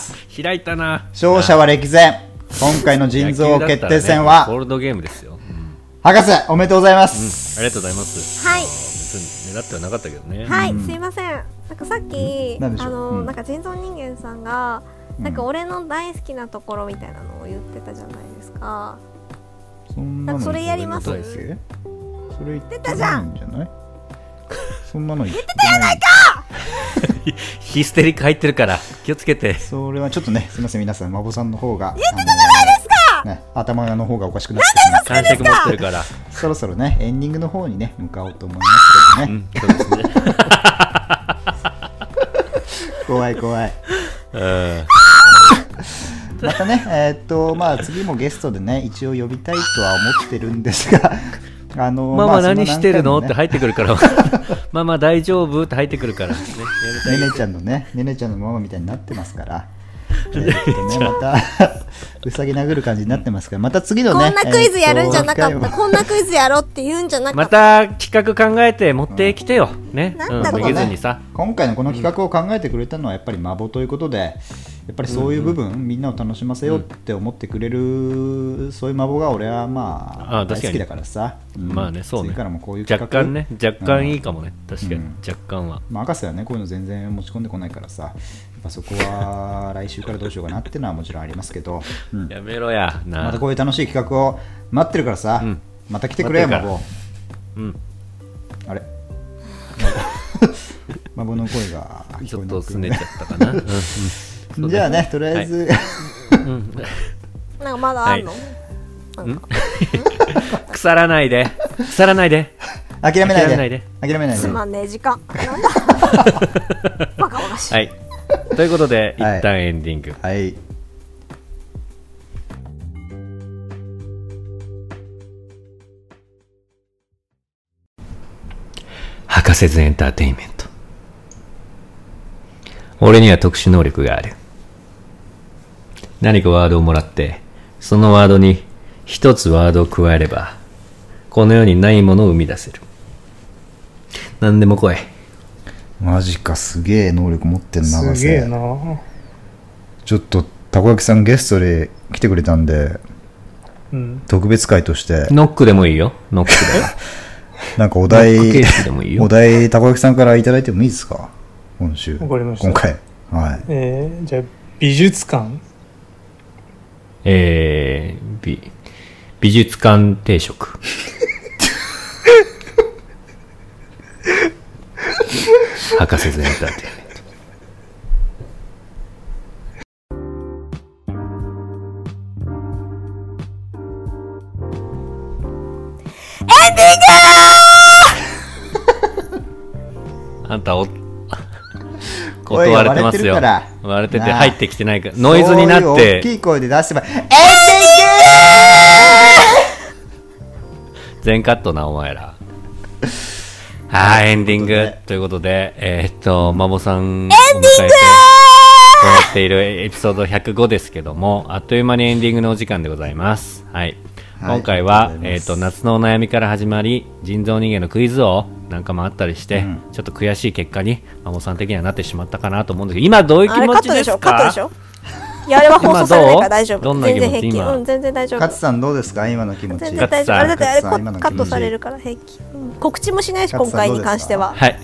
開いたな。 勝者は歴然。今回の人造決定戦は、 ゴールドゲームですよ。 博士おめでとうございます。 ありがとうございます。 はい。 別に狙ってはなかったけどね。 はい、すいません。なんかさっきなんでしょうなんか人造人間さんがなんか俺の大好きなところみたいなのを言ってたじゃないですか。 そんなのそれやりますそれ言ってたじゃんないんじゃない？そんなの言ってたやないか。 ヒステリック入ってるから気をつけて。 それはちょっとね、すみません皆さん、マボさんの方が言ってたじゃないですか。 ね、頭の方がおかしくなってきま感触持ってるから。 す。そろそろね、エンディングの方にね、向かおうと思いますけどね。 そうですね。 怖い怖い。 うんまたね、まあ次もゲストでね、一応呼びたいとは思ってるんですが、 ママ何してるのって入っってくるから。ママ大丈夫って入ってくるからね。 ねねちゃんのね、ねねちゃんのママみたいになってますから。ね、またうさぎ殴る感じになってますから、また次のね、 こんなクイズやるんじゃなかった。 機会もこんなクイズやろうって言うんじゃなかまった。 た企画考えて持ってきてよ。ね。 なんだろうねめげずにさ。 今回のこの企画を考えてくれたのはやっぱりマボということで、やっぱりそういう部分、みんなを楽しませようって思ってくれる、そういうマボが俺はまあ大好きだからさ、 まあね、そうね。 次からもこういう企画若干ね、若干いいかもね。確かに、若干は。 まあ、博士はね、こういうの全然持ち込んでこないからさ、やっぱそこは来週からどうしようかなっていうのはもちろんありますけど、 やめろや。 またこういう楽しい企画を待ってるからさ、また来てくれよ、マボ。あれマボの声がちょっとすねちゃったかな。 じゃあね、とりあえず、 なんかまだあんの？ 腐らないで。腐らないで。 諦めない諦めないで。 諦めないで。 つまんねえ時間。なんだ。バカバカしい。 はい。ということで、一旦エンディング。 はい。 博士ズエンターテインメント。俺には特殊能力がある。何かワードをもらって、そのワードに一つワードを加えれば、この世にないものを生み出せる。何でも来い。 マジか、すげえ能力持ってんな。 すげえな。 ちょっとたこ焼きさんゲストで来てくれたんで、特別会としてノックでもいいよ。ノックでなんかお題ノックケースでもいいよ。 お題たこ焼きさんからいただいてもいいですか、今週。 わかりました。 今回、はい。 じゃあ美術館。 美術館定食。博士ズエンターテインメント。 エンディングあんた断れてますよ。割れてて入ってきてないからノイズになって。 大きい声で出せばエンディング全カットなお前ら。はい、エンディングということで、マモさんを迎えてこうやっているエピソード105ですけども、あっという間にエンディングのお時間でございます。はい。今回は、夏のお悩みから始まり、人造人間のクイズ王なんかもあったりして、ちょっと悔しい結果にマモさん的にはなってしまったかなと思うんですけど、今どういう気持ちですか？ カットでしょ？いや、あれは放送されないから大丈夫。 どんな気持ち？ 全然平気。全然大丈夫。 勝さんどうですか今の気持ち？ 全然大丈夫。あれだってあれカットされるから平気。告知もしないし、今回に関しては。 はい。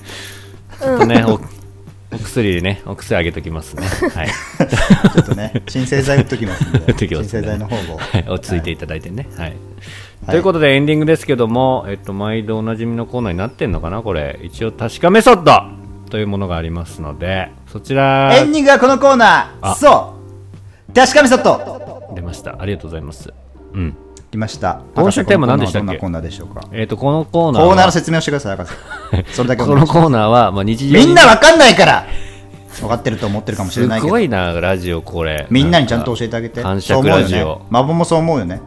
お薬ね、お薬あげときますね。はい。 ちょっとね、鎮鎮静剤打っときますんで、鎮静剤の方を、 はい、落ち着いていただいてね。はい。ということでエンディングですけども、毎度おなじみのコーナーになってんのかなこれ。一応確かメソッドというものがありますので、そちら。 エンディングはこのコーナー。そう。確かメソッド。 出ました。ありがとうございます。うん。 来ました。 今週テーマ何でしたっけ？ どんなコーナーでしょうか。 このコーナーは。 コーナーの説明をしてください、博士。それだけ。 このコーナーは、まあ、日常みんなわかんないから。分かってると思ってるかもしれないけど。 すごいな、ラジオこれ。 みんなにちゃんと教えてあげて。 感触ラジオ。 マボもそう思うよね。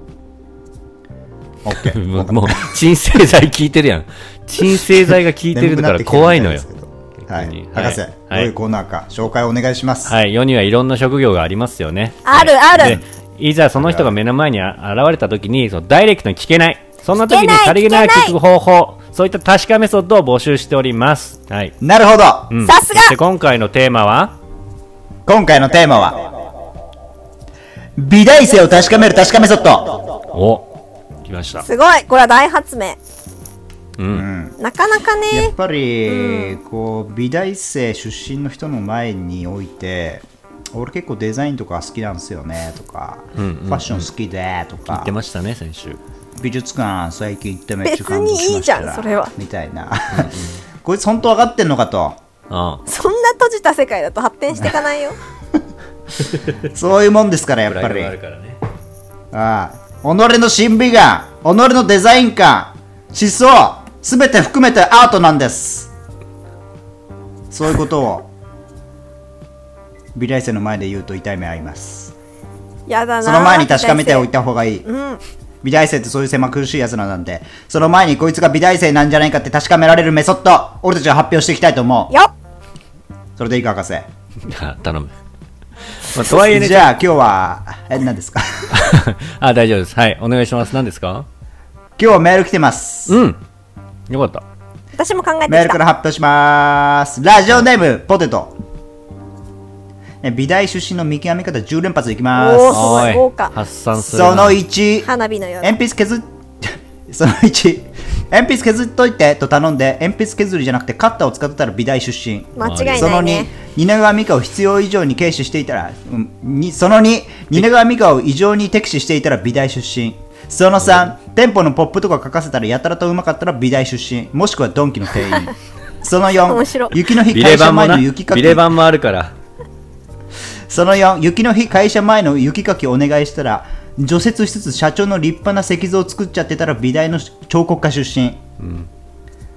オッケー。 もう、鎮静剤効いてるやん。鎮静剤が効いてるから怖いのよ。 はい。博士、どういうコーナーか、紹介お願いします。 はい。世にはいろんな職業がありますよね。 あるある。 いざその人が目の前に現れた時に、ダイレクトに聞けない。そんな時にさりげなく聞く方法。そういった確かメソッドを募集しております。はい。 なるほど。 さすが。 で今回のテーマは美大生を確かめる確かメソッド。 お、来ました。 すごい。これは大発明。なかなかね。 やっぱり、こう美大生出身の人の前において、俺結構デザインとか好きなんですよねとか、ファッション好きでとか言ってましたね先週。 美術館最近行ってめっちゃ感動しました。 別にいいじゃんそれはみたいな。こいつ本当分かってんのかと。 そんな閉じた世界だと発展していかないよ。 そういうもんですからやっぱり。ああ、己の審美眼、己のデザイン感、思想、すべて含めてアートなんです。そういうことを美大生の前で言うと痛い目合います。 やだな。 その前に確かめておいた方がいい。美大生ってそういう狭苦しいやつなんで、その前にこいつが美大生なんじゃないかって確かめられるメソッド、俺たちは発表していきたいと思う。 よっ。 それでいいか博士。 頼む。まあ、とはいえね、 じゃあ今日は何ですか？ あ、大丈夫です。はい、お願いします。何ですか？ 今日はメール来てます。 よかった。 私も考えてきた。 メールから発表します。ラジオネームポテト。美大出身の見極め方10連発いきます。 おー、すごい豪華。 発散する。 その1、 花火のような。 鉛筆削っその1、鉛筆削っといてと頼んで、鉛筆削りじゃなくてカッターを使ってたら美大出身。 間違いないね。 その2、蜷川美香を必要以上に軽視していたら、その2、蜷川美香を異常に敵視していたら美大出身。その3、店舗のポップとか書かせたらやたらとうまかったら美大出身、もしくはドンキの店員。その4、雪の日会社前の雪かき。 ビレバンもあるから。 その4、雪の日会社前の雪かきお願いしたら、除雪しつつ社長の立派な石像を作っちゃってたら美大の彫刻家出身。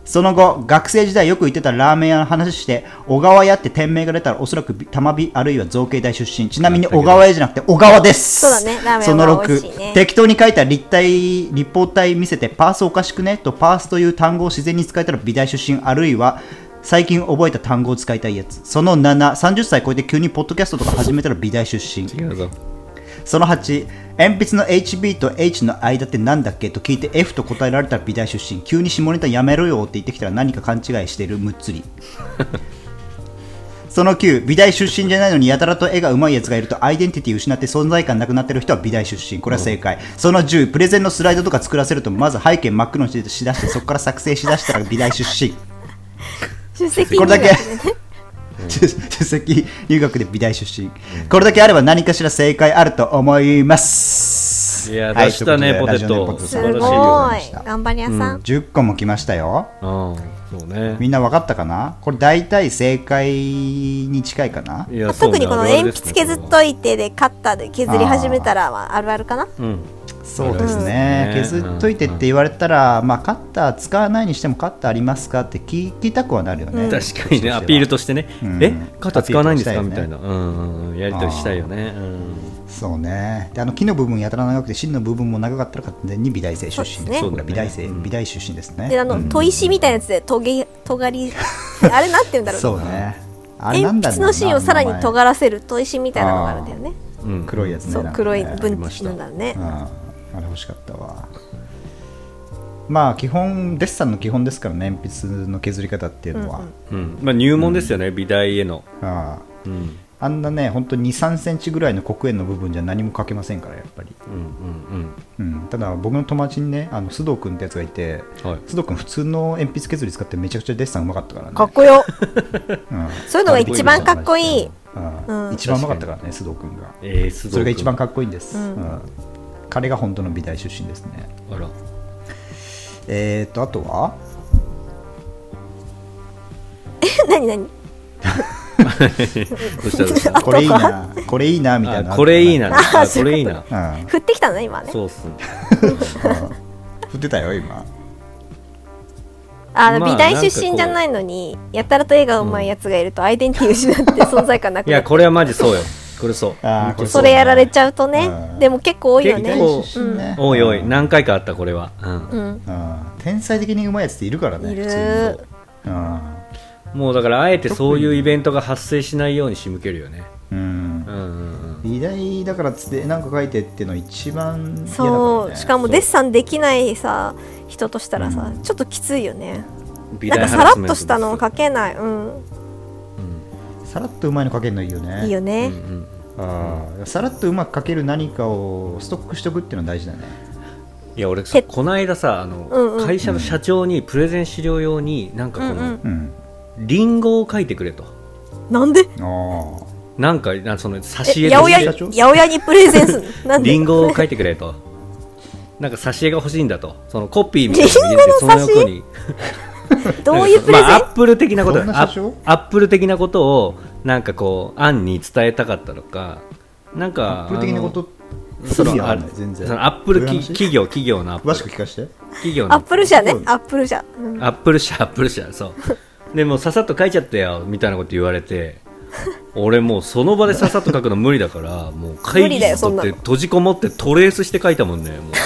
その後、学生時代よく行ってたラーメン屋の話して、小川屋って店名が出たらおそらく玉美あるいは造形大出身。ちなみに小川屋じゃなくて小川です。 そうだね、ラーメンそのは美味しいね。 適当に書いた立方体見せて、パースおかしくねとパースという単語を自然に使えたら美大出身あるいは最近覚えた単語を使いたいやつ。その7、30歳超えて急にポッドキャストとか始めたら美大出身。 違うぞ。 その8、鉛筆の HB と H の間ってなんだっけと聞いて F と答えられたら美大出身。急に下ネタやめろよって言ってきたら何か勘違いしてるむっつり。その9、美大出身じゃないのにやたらと絵が上手いやつがいるとアイデンティティ失って存在感なくなってる人は美大出身。これは正解。その10、プレゼンのスライドとか作らせるとまず背景真っ黒にしだしてそこから作成しだしたら美大出身。 出席これだけ出席留学で美大出身、これだけあれば何かしら正解あると思います。 いや出したね、ポテトすごい頑張り屋さん、 10個も来ましたよ。 そうね、 みんな分かったかな。これ大体正解に近いかな。 いや特にこの鉛筆削っといてでカッターで削り始めたらあるあるかな。 そうですね、削っといてって言われたら、まあ、カッター使わないにしてもカッターありますかって聞きたくはなるよね。 確かにね、アピールとしてね、カッター使わないんですかみたいな、やり取りしたいよね。 そうね。で木の部分やたら長くて芯の部分も長かったら完全に美大生出身です。そうだ、美大出身ですね。 で砥石みたいなやつで尖りあれなんて言うんだろう。 そうね。 鉛筆の芯をさらに尖らせる砥石みたいなのがあるんだよね。 黒いやつね。 そう、黒い分子なんだね。 あれ欲しかったわ。まあ基本デッサンの基本ですからね、鉛筆の削り方っていうのは。 まあ入門ですよね、美大への。あんなね、本当に2、3センチぐらいの黒鉛の部分じゃ何も書けませんから、やっぱり。ただ僕の友達にね、須藤君ってやつがいて、須藤君普通の鉛筆削り使ってめちゃくちゃデッサンうまかったからね。 かっこよ。そういうのが一番かっこいい。 一番うまかったからね、須藤君が。それが一番かっこいいんです。彼が本当の美大出身ですね。 あら。 あとは何これいいな、これいいなみたいな。 これいいな、これいいな。 降ってきたの今ね。 そうっすね。 降ってたよ今。 美大出身じゃないのにやたらと絵がうまいやつがいるとアイデンティティ失って存在感なくなって。 いやこれはマジそうよ。これそう。 それやられちゃうとね。でも結構多いよね。 多い多い、何回かあったこれは。 天才的にうまいやつっているからね。 いる。 もうだからあえてそういうイベントが発生しないように仕向けるよね。 美大だからつって何か書いてっていうの一番嫌だからね。 そう、しかもデッサンできないさ人としたらさ、ちょっときついよね。なんかさらっとしたのを書けない。 さらっとうまいの書けるのいいよね。 いいよね。 さらっとうまく書ける何かをストックしておくっていうのは大事だね。 いや俺この間さ会社の社長にプレゼン資料用になんかこのリンゴを書いてくれと。 なんで？ なんかその挿絵で八百屋にプレゼンするの。 リンゴを書いてくれと。なんか挿絵が欲しいんだと。そのコピーみたいなの入れてその横に。 どういうプレゼン？ アップル的なこと、アップル的なことをなんかこう案に伝えたかったのか、なんかアップル的なことそのアップル企業のアップル。 詳しく聞かせて。 企業のアップル社ね。アップル社。 アップル社そう。でもささっと書いちゃったよみたいなこと言われて、俺もうその場でささっと書くの無理だからもう会議室取って閉じこもってトレースして書いたもんね。もう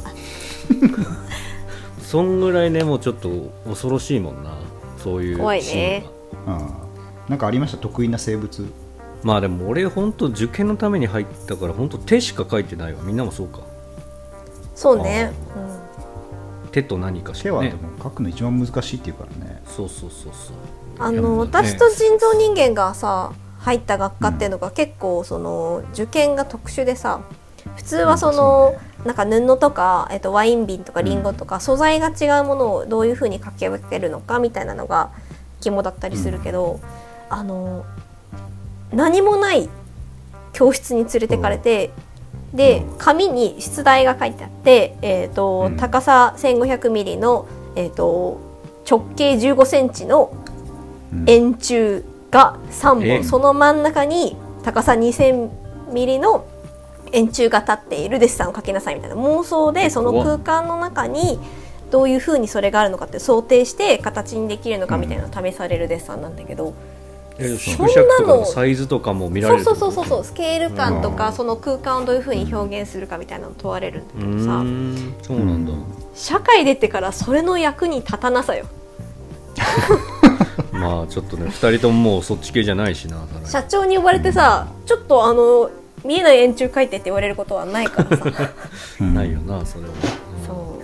そんぐらいね、もうちょっと恐ろしいもんな、そういう怖いね。 なんかありました得意な生物。 まあでも俺本当受験のために入ったから本当手しか書いてないわ。みんなもそうか。 そうね。 手と何かしかね。 手はでも書くの一番難しいっていうからね。 そうそう。 私と人造人間がさ入った学科っていうのが結構その受験が特殊でさ、普通はそのなんか布とかワイン瓶とかリンゴとか素材が違うものをどういうふうに掛け分けるのかみたいなのが肝だったりするけど、何もない教室に連れてかれて、で紙に出題が書いてあって、高さ1500ミリの、直径15センチの円柱が3本、その真ん中に高さ2000ミリの円柱が立っているデッサンを描きなさいみたいな妄想で、その空間の中にどういうふうにそれがあるのかって想定して形にできるのかみたいなのを試されるデッサンなんだけど、 縮尺とかのサイズとかも見られる。 そうスケール感とかその空間をどういうふうに表現するかみたいなの問われるんだけどさ、 そうなんだ。 社会出てからそれの役に立たなさよ。 まあちょっとね、2人とももうそっち系じゃないしな。 社長に呼ばれてさ、ちょっと見えない円柱書いてって言われることはないからさ。 ないよな、それは。 そう。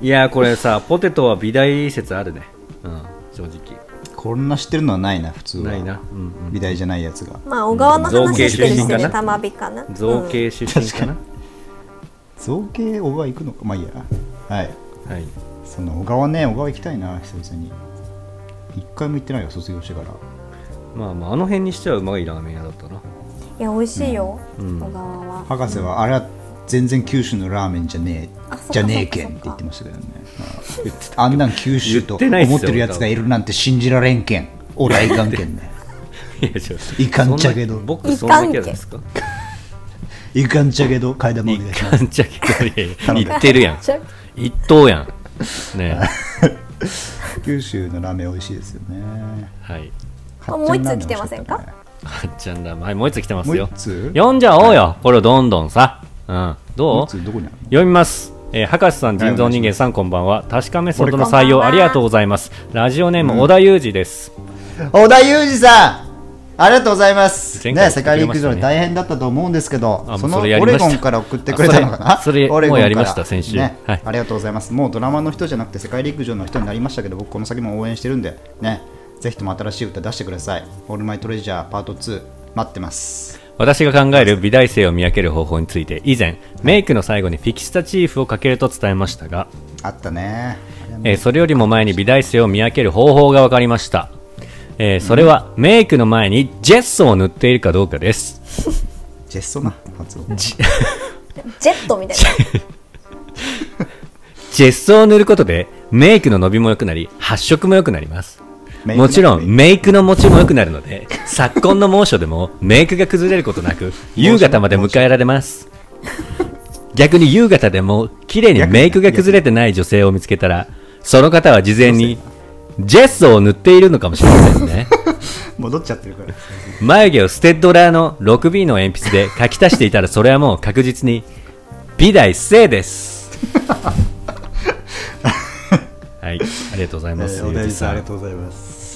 いやこれさ、ポテトは美大説あるね。正直。 こんな知ってるのはないな、普通は。 ないな。 美大じゃないやつが。 まあ小川の話してる時点で玉美かな。 造形出身かな。 造形小川行くのか、まあいいや。はい。その小川ね、小川行きたいな、久々に。一回も行ってないよ、卒業してから。 まあまああの辺にしてはうまいラーメン屋だったな。 いや美味しいよ、小川は。 博士はあれは全然九州のラーメンじゃねえけんって言ってましたけどね。あんなん九州と思ってるやつがいるなんて信じられんけん。俺はいかんけんね。いかんちゃけど。 僕そんなキャラですか。 いかんちゃけど、替え玉お願いします。 いかんちゃけど、言ってるやん。一等やん。ね。 九州のラーメン美味しいですよね。 はい。 もう一通来てませんか。 はっちゃんだ。はい、もう一つ来てますよ。 もう一つ読んじゃおうよ。これをどんどんさ。どう？ どこにあるの？ 読みます。博士さん、人造人間さん、こんばんは。確かメソッドの採用ありがとうございます。ラジオネーム、小田裕二です。 小田裕二さん、ありがとうございます。ね、世界陸上で大変だったと思うんですけど、そのオレゴンから送ってくれたのかな。 それもうやりました、先週。 ありがとうございます。もうドラマの人じゃなくて世界陸上の人になりましたけど、僕この先も応援してるんでね、ぜひとも新しい歌出してください。オールマイトレジャーパート2待ってます。 私が考える美大生を見分ける方法について、以前メイクの最後にフィキスタチーフをかけると伝えましたが、 あったね。 それよりも前に美大生を見分ける方法が分かりました。それはメイクの前にジェッソを塗っているかどうかです。 ジェッソな発音。 ジェットみたいな。 ジェッソを塗ることでメイクの伸びも良くなり発色も良くなります。もちろんメイクの持ちも良くなるので、昨今の猛暑でもメイクが崩れることなく夕方まで迎えられます。逆に夕方でも綺麗にメイクが崩れてない女性を見つけたら、その方は事前にジェッソを塗っているのかもしれませんね。 戻っちゃってるから。 眉毛をステッドラーの 6B の鉛筆で描き足していたら、それはもう確実に美大生です。はい、ありがとうございます。 お大事さんありがとうございます。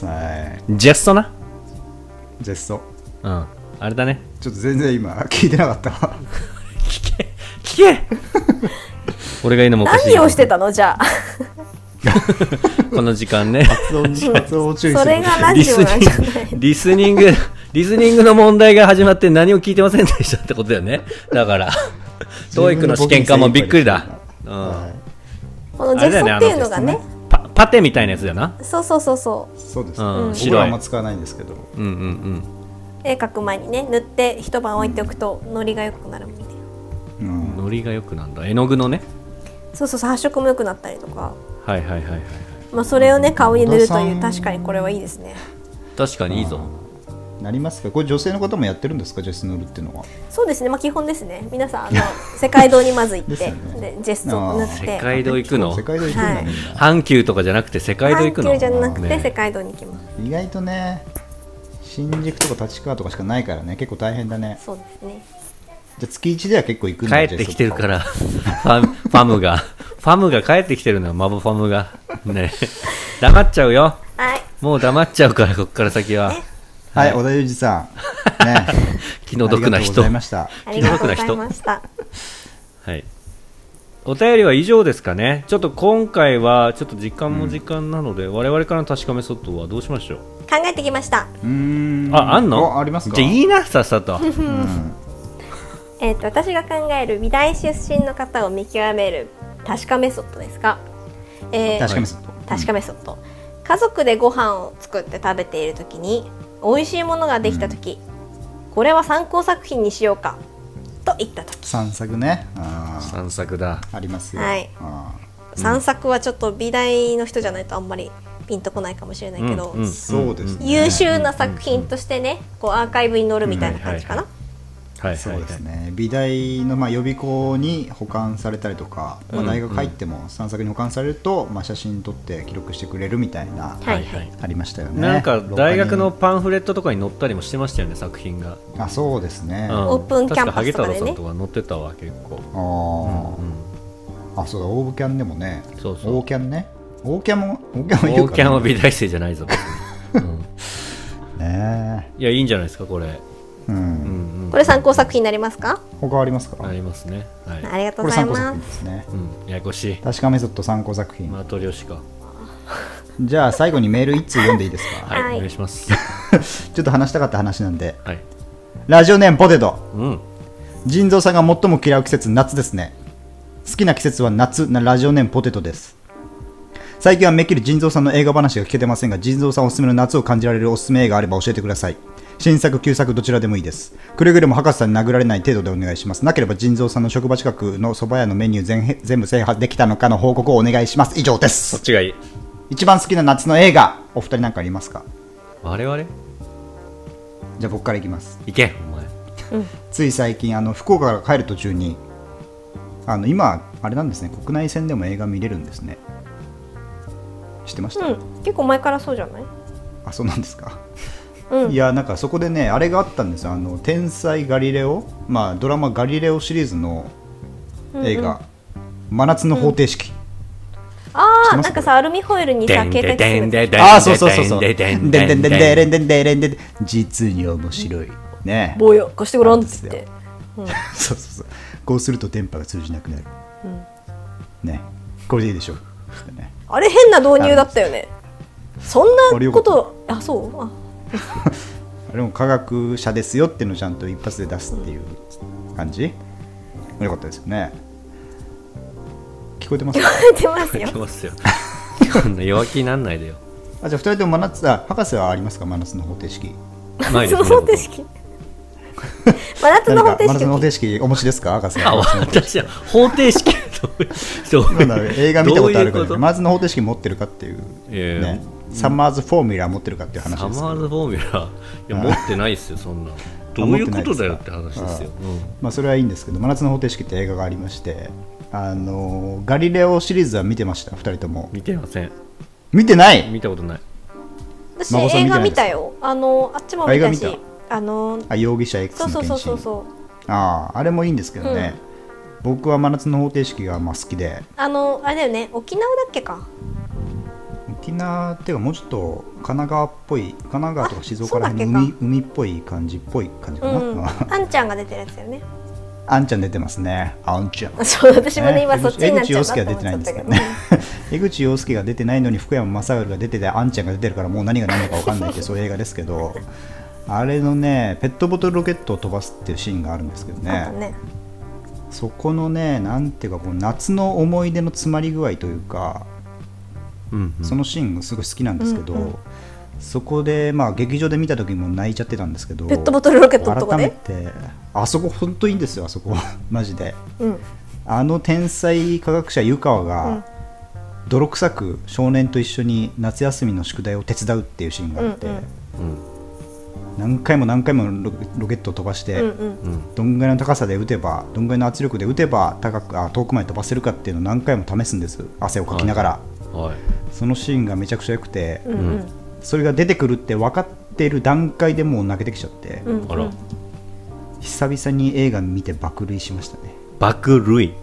はい。 ジェッソな。 ジェッソ。 あれだね。 ちょっと全然今聞いてなかったわ。 聞け。俺が言うのもおかしい。 何をしてたのじゃあ。 この時間ね。 発音を注意する。 それがラジオなんじゃない。 リスニングの問題が始まって何も聞いてませんでしたってことだよね。だからTOEICの試験官もびっくりだ。 このジェッソっていうのがね、 パテみたいなやつだよな。 そうそうですね。白はあんま使わないんですけど、 絵描く前にね塗って一晩置いておくとノリが良くなるみたいな。 ノリが良くなんだ。絵の具のね。 そう発色も良くなったりとか。 はい。 まあそれをね顔に塗るという、確かにこれはいいですね。 確かにいいぞ。 なりますか。これ女性の方もやってるんですか、ジェス塗るっていうのは。 そうですね、まあ基本ですね。皆さん世界堂にまず行ってでジェスを塗って。 世界堂行くの？ 世界堂行くんだみんな。 阪急とかじゃなくて世界堂行くの？ 阪急じゃなくて世界堂に行きます。 意外とね、新宿とか立川とかしかないからね、結構大変だね。 そうですね。 じゃ月1では結構行くんだ。 帰ってきてるからファムが帰ってきてるのよ。マブファムがね。黙っちゃうよ。 はい。 もう黙っちゃうから、こっから先は。 はい、小田裕二さん。ね。 気の毒な人。 ありがとうございました。 はい。お便りは以上ですかね。ちょっと今回はちょっと時間も時間なので、我々からの確かメソッドはどうしましょう。 考えてきました。 あんの？ ありますか？ じゃあいいな、さっさと。 私が考える美大出身の方を見極める確かメソッドですが、 確かメソッド。 確かメソッド。家族でご飯を作って食べているときに美味しいものができたとき、これは参考作品にしようかと言ったとき。 散策ね。 散策だ。 ありますよ。 はい。散策はちょっと美大の人じゃないとあんまりピンとこないかもしれないけど、 そうですね。 優秀な作品としてね、こうアーカイブに載るみたいな感じかな。 そうですね、美大の予備校に保管されたりとか、大学入っても散策に保管されると、写真撮って記録してくれるみたいな、ありましたよね。 なんか大学のパンフレットとかに載ったりもしてましたよね、作品が。 あ、そうですね、 オープンキャンパスとかでね。 確かハゲ太郎さんとか載ってたわ結構。 あ、そうだ、オーブキャンでもね。 そうそう、 オーキャンね。オーキャンもオーキャンは美大生じゃないぞ。 ねえ、いや、いいんじゃないですかこれ。 これ参考作品になりますか？ 他ありますか？ ありますね。 ありがとうございます。 これ参考作品ですね。 ややこしい。 確かメソッド参考作品。 マトリョシカ。 じゃあ最後にメール1通読んでいいですか？ はい、お願いします。 ちょっと話したかった話なんで。 はい。 ラジオネームポテト。腎臓さんが最も嫌う季節、夏ですね。好きな季節は夏なラジオネームポテトです。最近はめっきり腎臓さんの映画話が聞けてませんが、腎臓さんおすすめの夏を感じられるおすすめ映画あれば教えてください。新作旧作どちらでもいいです。くれぐれも博士さんに殴られない程度でお願いします。なければ腎臓さんの職場近くの蕎麦屋のメニュー全部制覇できたのかの報告をお願いします。以上です。 そっちがいい。 一番好きな夏の映画、お二人何かありますか？ 我々？ じゃあ僕からいきます。 いけお前。 つい最近福岡から帰る途中に今あれなんですね、国内線でも映画見れるんですね。知ってました？ 結構前からそうじゃない？ あ、そうなんですか。いや、なんかそこでね、あれがあったんですよ。天才ガリレオ、ドラマガリレオシリーズの映画、真夏の方程式。 なんかさ、アルミホイルにさ、携帯つける。 あ、そうそうそうそう。でんでんでんでんでんでんでんでん、実に面白いね。 坊や貸してごらんっつって。 そうそうそう。こうすると電波が通じなくなる。ね、これでいいでしょう。 あれ変な導入だったよね。そんなこと、あ、そう。 あれも科学者ですよっていうのをちゃんと一発で出すっていう感じ。よかったですよね。聞こえてますか？ 聞こえてますよ。 聞こえてますよ。こんな弱気になんないでよ。 じゃあ2人とも博士はありますか？真夏の方程式。 真夏の方程式。真夏の方程式。 真夏の方程式お持ちですか？博士は。 私は方程式映画見たことあるから真夏の方程式持ってるかっていうね。サマーズフォーミュラ持ってるかっていう話です。 サマーズフォーミュラ、いや持ってないですよそんな。どういうことだよって話ですよ。 それはいいんですけど、真夏の方程式って映画がありまして、ガリレオシリーズは見てました？2人とも。 見てません。 見てない？ 見たことない。 私映画見たよ。あっちも見たし、 容疑者 X の検診。あれもいいんですけどね。僕は真夏の方程式が好きで。あれだよね、沖縄だっけか。 沖縄っていうかもうちょっと神奈川っぽい、神奈川とか静岡ら辺の海っぽい感じかな。 あんちゃんが出てるやつだよね。 あんちゃん出てますね。あんちゃん。 そう、私もね今そっちになっちゃった。 江口洋介が出てないんですけどね。江口洋介が出てないのに福山雅治が出てて、あんちゃんが出てるからもう何が何だか分かんないってそういう映画ですけど、あれのねペットボトルロケットを飛ばすっていうシーンがあるんですけどね。そこのね、なんていうかこう夏の思い出の詰まり具合というか。そのシーンがすごい好きなんですけど、そこで劇場で見た時も泣いちゃってたんですけど、 ペットボトルロケットのとこで改めてあそこ本当いいんですよ。あそこマジで、天才科学者湯川が泥臭く少年と一緒に夏休みの宿題を手伝うっていうシーンがあって、何回も何回もロケットを飛ばして、どんぐらいの高さで撃てば、どんぐらいの圧力で撃てば遠くまで飛ばせるかっていうのを何回も試すんです。汗をかきながら。そのシーンがめちゃくちゃ良くて、それが出てくるって分かっている段階でもう泣けてきちゃって、久々に映画見て爆涙しましたね。 爆涙。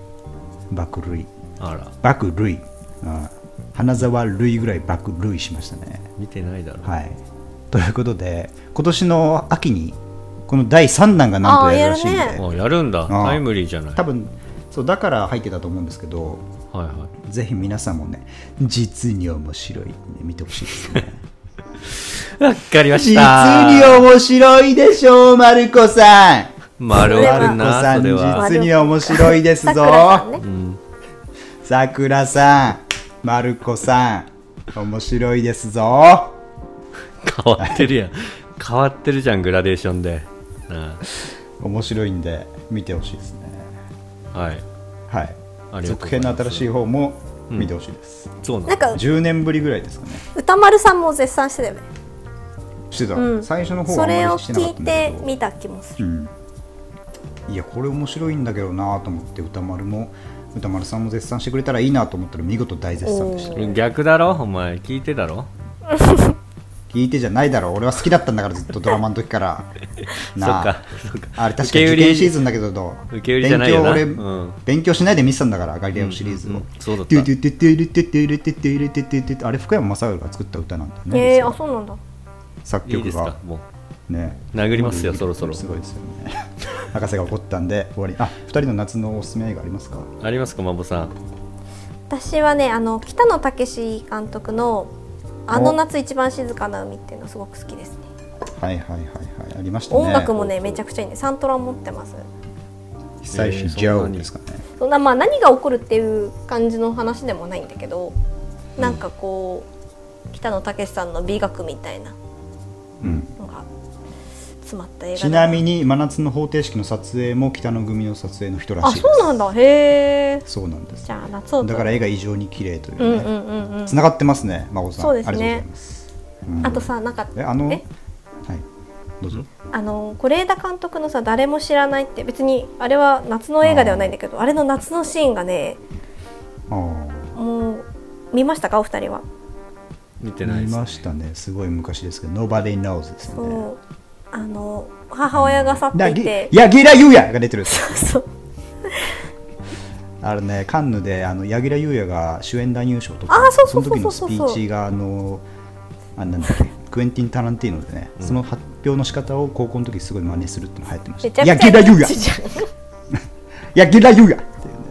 花沢類ぐらい爆涙しましたね。 見てないだろう。 ということで今年の秋にこの第3弾がなんとやるらしいんで。 やるんだ。タイムリーじゃない。 多分そうだから入ってたと思うんですけど、ぜひ皆さんもね、実に面白いんで見てほしいですね。 わかりました。 実に面白いでしょう、まるこさん。 まるこさん、 実に面白いですぞ。さくらさん、まるこさん、面白いですぞ。 変わってるやん。変わってるじゃん、グラデーションで。 面白いんで見てほしいですね。続編の新しい方も見てほしいです。 そうなんか 10年ぶりぐらいですかね。 歌丸さんも絶賛してたよね。 してた。最初の方はそれを聞いて見た気もする。 いやこれ面白いんだけどなと思って、歌丸さんも絶賛してくれたらいいなと思ったら見事大絶賛でした。 逆だろお前、聞いてだろ聞いてじゃないだろ、俺は好きだったんだからずっとドラマの時からなあ。 そっかあれ確か受験シーズンだけど、 受け売りじゃないよな。 勉強しないで見てたんだから、ガリレオシリーズを。 そうだった。 あれ福山雅治が作った歌なんだね。 あ、そうなんだ。 作曲がね、 殴りますよそろそろ。 すごいですよね。博士が怒ったんで終わり。2人の夏のおすすめ映画ありますか？ ありますか、まぼさん。 私はね、北野武監督の夏一番静かな海っていうのすごく好きですね。 はいはいはいはい、ありましたね。 音楽もねめちゃくちゃいいんで、サントラ持ってます。 久石ジョーですかね。 そんなまあ何が起こるっていう感じの話でもないんだけど、なんかこう北野武さんの美学みたいなのが詰まった映画。 ちなみに真夏の方程式の撮影も北野組の撮影の人らしいです。 あ、そうなんだ。へえ。 そうなんです。 じゃあ夏をだから絵が異常に綺麗というね。つながってますね、孫さん。 そうですね。 ありがとうございます。 あとさ、なんかはい、どうぞ。 是枝監督のさ、誰も知らないって、別にあれは夏の映画ではないんだけど、あれの夏のシーンがね、もう見ましたかお二人は？ 見てないです。 見ましたね。すごい昔ですけど、Nobody Knows ですよね。 母親が去っていて、 柳楽優弥が出てる。 そうあれね、カンヌで柳楽優弥が主演男優賞とか、その時のスピーチがなんだっけ、クエンティン・タランティーノでね、その発表の仕方を高校の時すごい真似するってのが流行ってました。柳楽優弥柳楽優弥っていうね、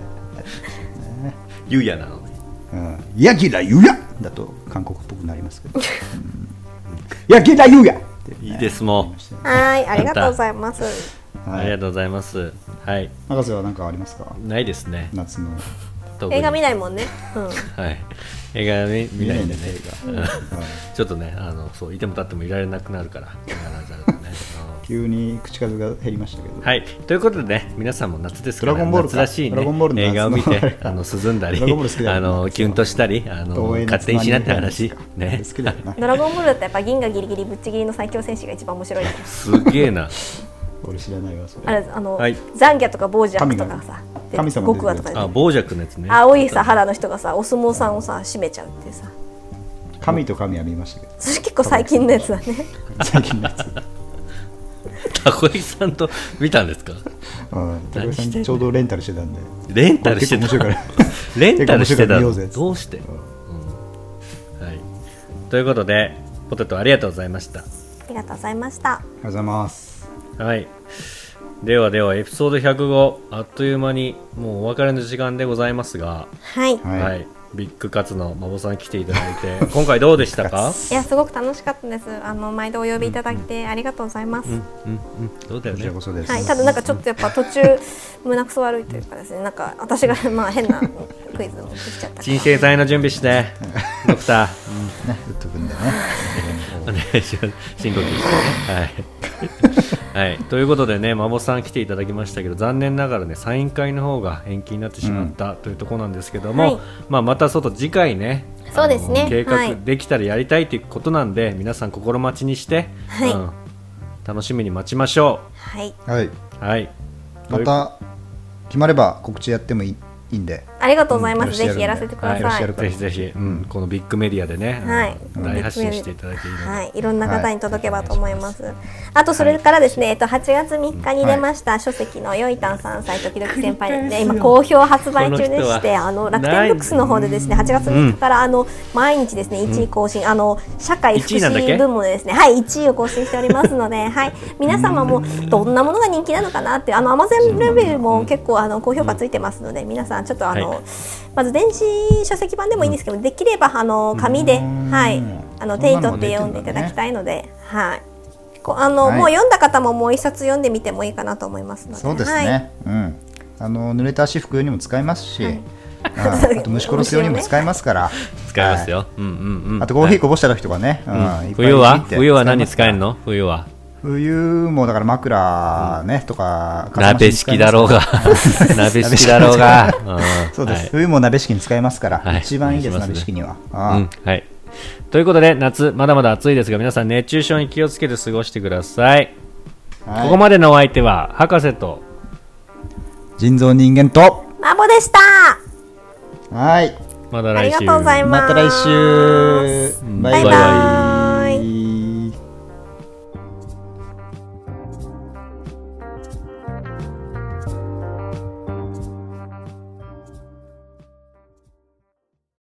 優弥なのね。 柳楽優弥だと韓国っぽくなりますけど、柳楽優弥いいですもん。はい、ありがとうございます。 ありがとうございます。はい。 博士は何かありますか？ ないですね。 夏の映画見ないもんね。 はい。映画見ないんでね。ちょっとね、そういても立ってもいられなくなるから。 急に口数が減りましたけど。 はい。ということでね、皆さんも夏ですから、夏らしい映画を見て涼んだり、キュンとしたり、勝手にしなって話ね。 ドラゴンボールだとやっぱ銀河ギリギリぶっちぎりの最強戦士が一番面白い。 すげえな。 俺知らないわそれ。 あれザンギャとかボージャックとかさ、 神様極話とかで、ボージャックのやつね。 青いさ肌の人がさお相撲さんをさ締めちゃうってさ。 神と神は見ましたけど。 それ結構最近のやつだね。 最近のやつ。 たこ焼きさんと見たんですか？ たこ焼きさんちょうどレンタルしてたんで。 レンタルしてた。レンタルしてた。どうして？はい。ということでポテトありがとうございました。 ありがとうございました。 ありがとうございます。 はい。ではではエピソード105、あっという間にもうお別れの時間でございますが、 はい。 はい。ビッグカツのまぼさん来ていただいて今回どうでしたか？ いやすごく楽しかったです。毎度お呼びいただいてありがとうございます。 そうだよね。 はい。ただなんかちょっとやっぱ途中胸くそ悪いというかですね、なんか私がまあ変なクイズをしちゃった。 鎮静剤の準備してドクター。 打っとくんだね。 お願いします。深呼吸してね。はい。はい。ということでね、まぼさん来ていただきましたけど、残念ながらねサイン会の方が延期になってしまったというところなんですけども、また次回ね、 そうですね、 計画できたらやりたいということなんで、皆さん心待ちにして、楽しみに待ちましょう。はい、 はい、 また決まれば告知やってもいいんで、 ありがとうございます。ぜひやらせてください。 ぜひぜひ、このビッグメディアでね、大発信していただけるので、 はい、いろんな方に届けばと思います。あとそれからですね、8月3日に出ました書籍のよいたんさんサイトきどき先輩で今好評発売中でして、楽天ブックスの方でですね、8月3日から毎日ですね1位更新、社会福祉部門でですね、はい、1位を更新しておりますので、はい、皆様もどんなものが人気なのかなってAmazonレビューも結構高評価ついてますので、皆さんちょっとまず電子書籍版でもいいんですけど、できれば紙で、はい、手に取って読んでいただきたいので、はい、もう読んだ方ももう一冊読んでみてもいいかなと思いますので。 そうですね、濡れた足拭くようにも使えますし、あと虫殺すようにも使えますから。 使えますよ。 あとコーヒーこぼした時とかね。 冬は何使えるの？ 冬もだから枕ねとか鍋敷きだろうが鍋敷きだろうがそうです、冬も鍋敷きに使えますから、一番いいです、鍋敷きには。 はい。ということで夏まだまだ暑いですが、皆さん熱中症に気をつけて過ごしてください。ここまでのお相手は博士と人造人間とマボでした。 はい、 また来週。 ありがとうございます。 また来週。バイバイ。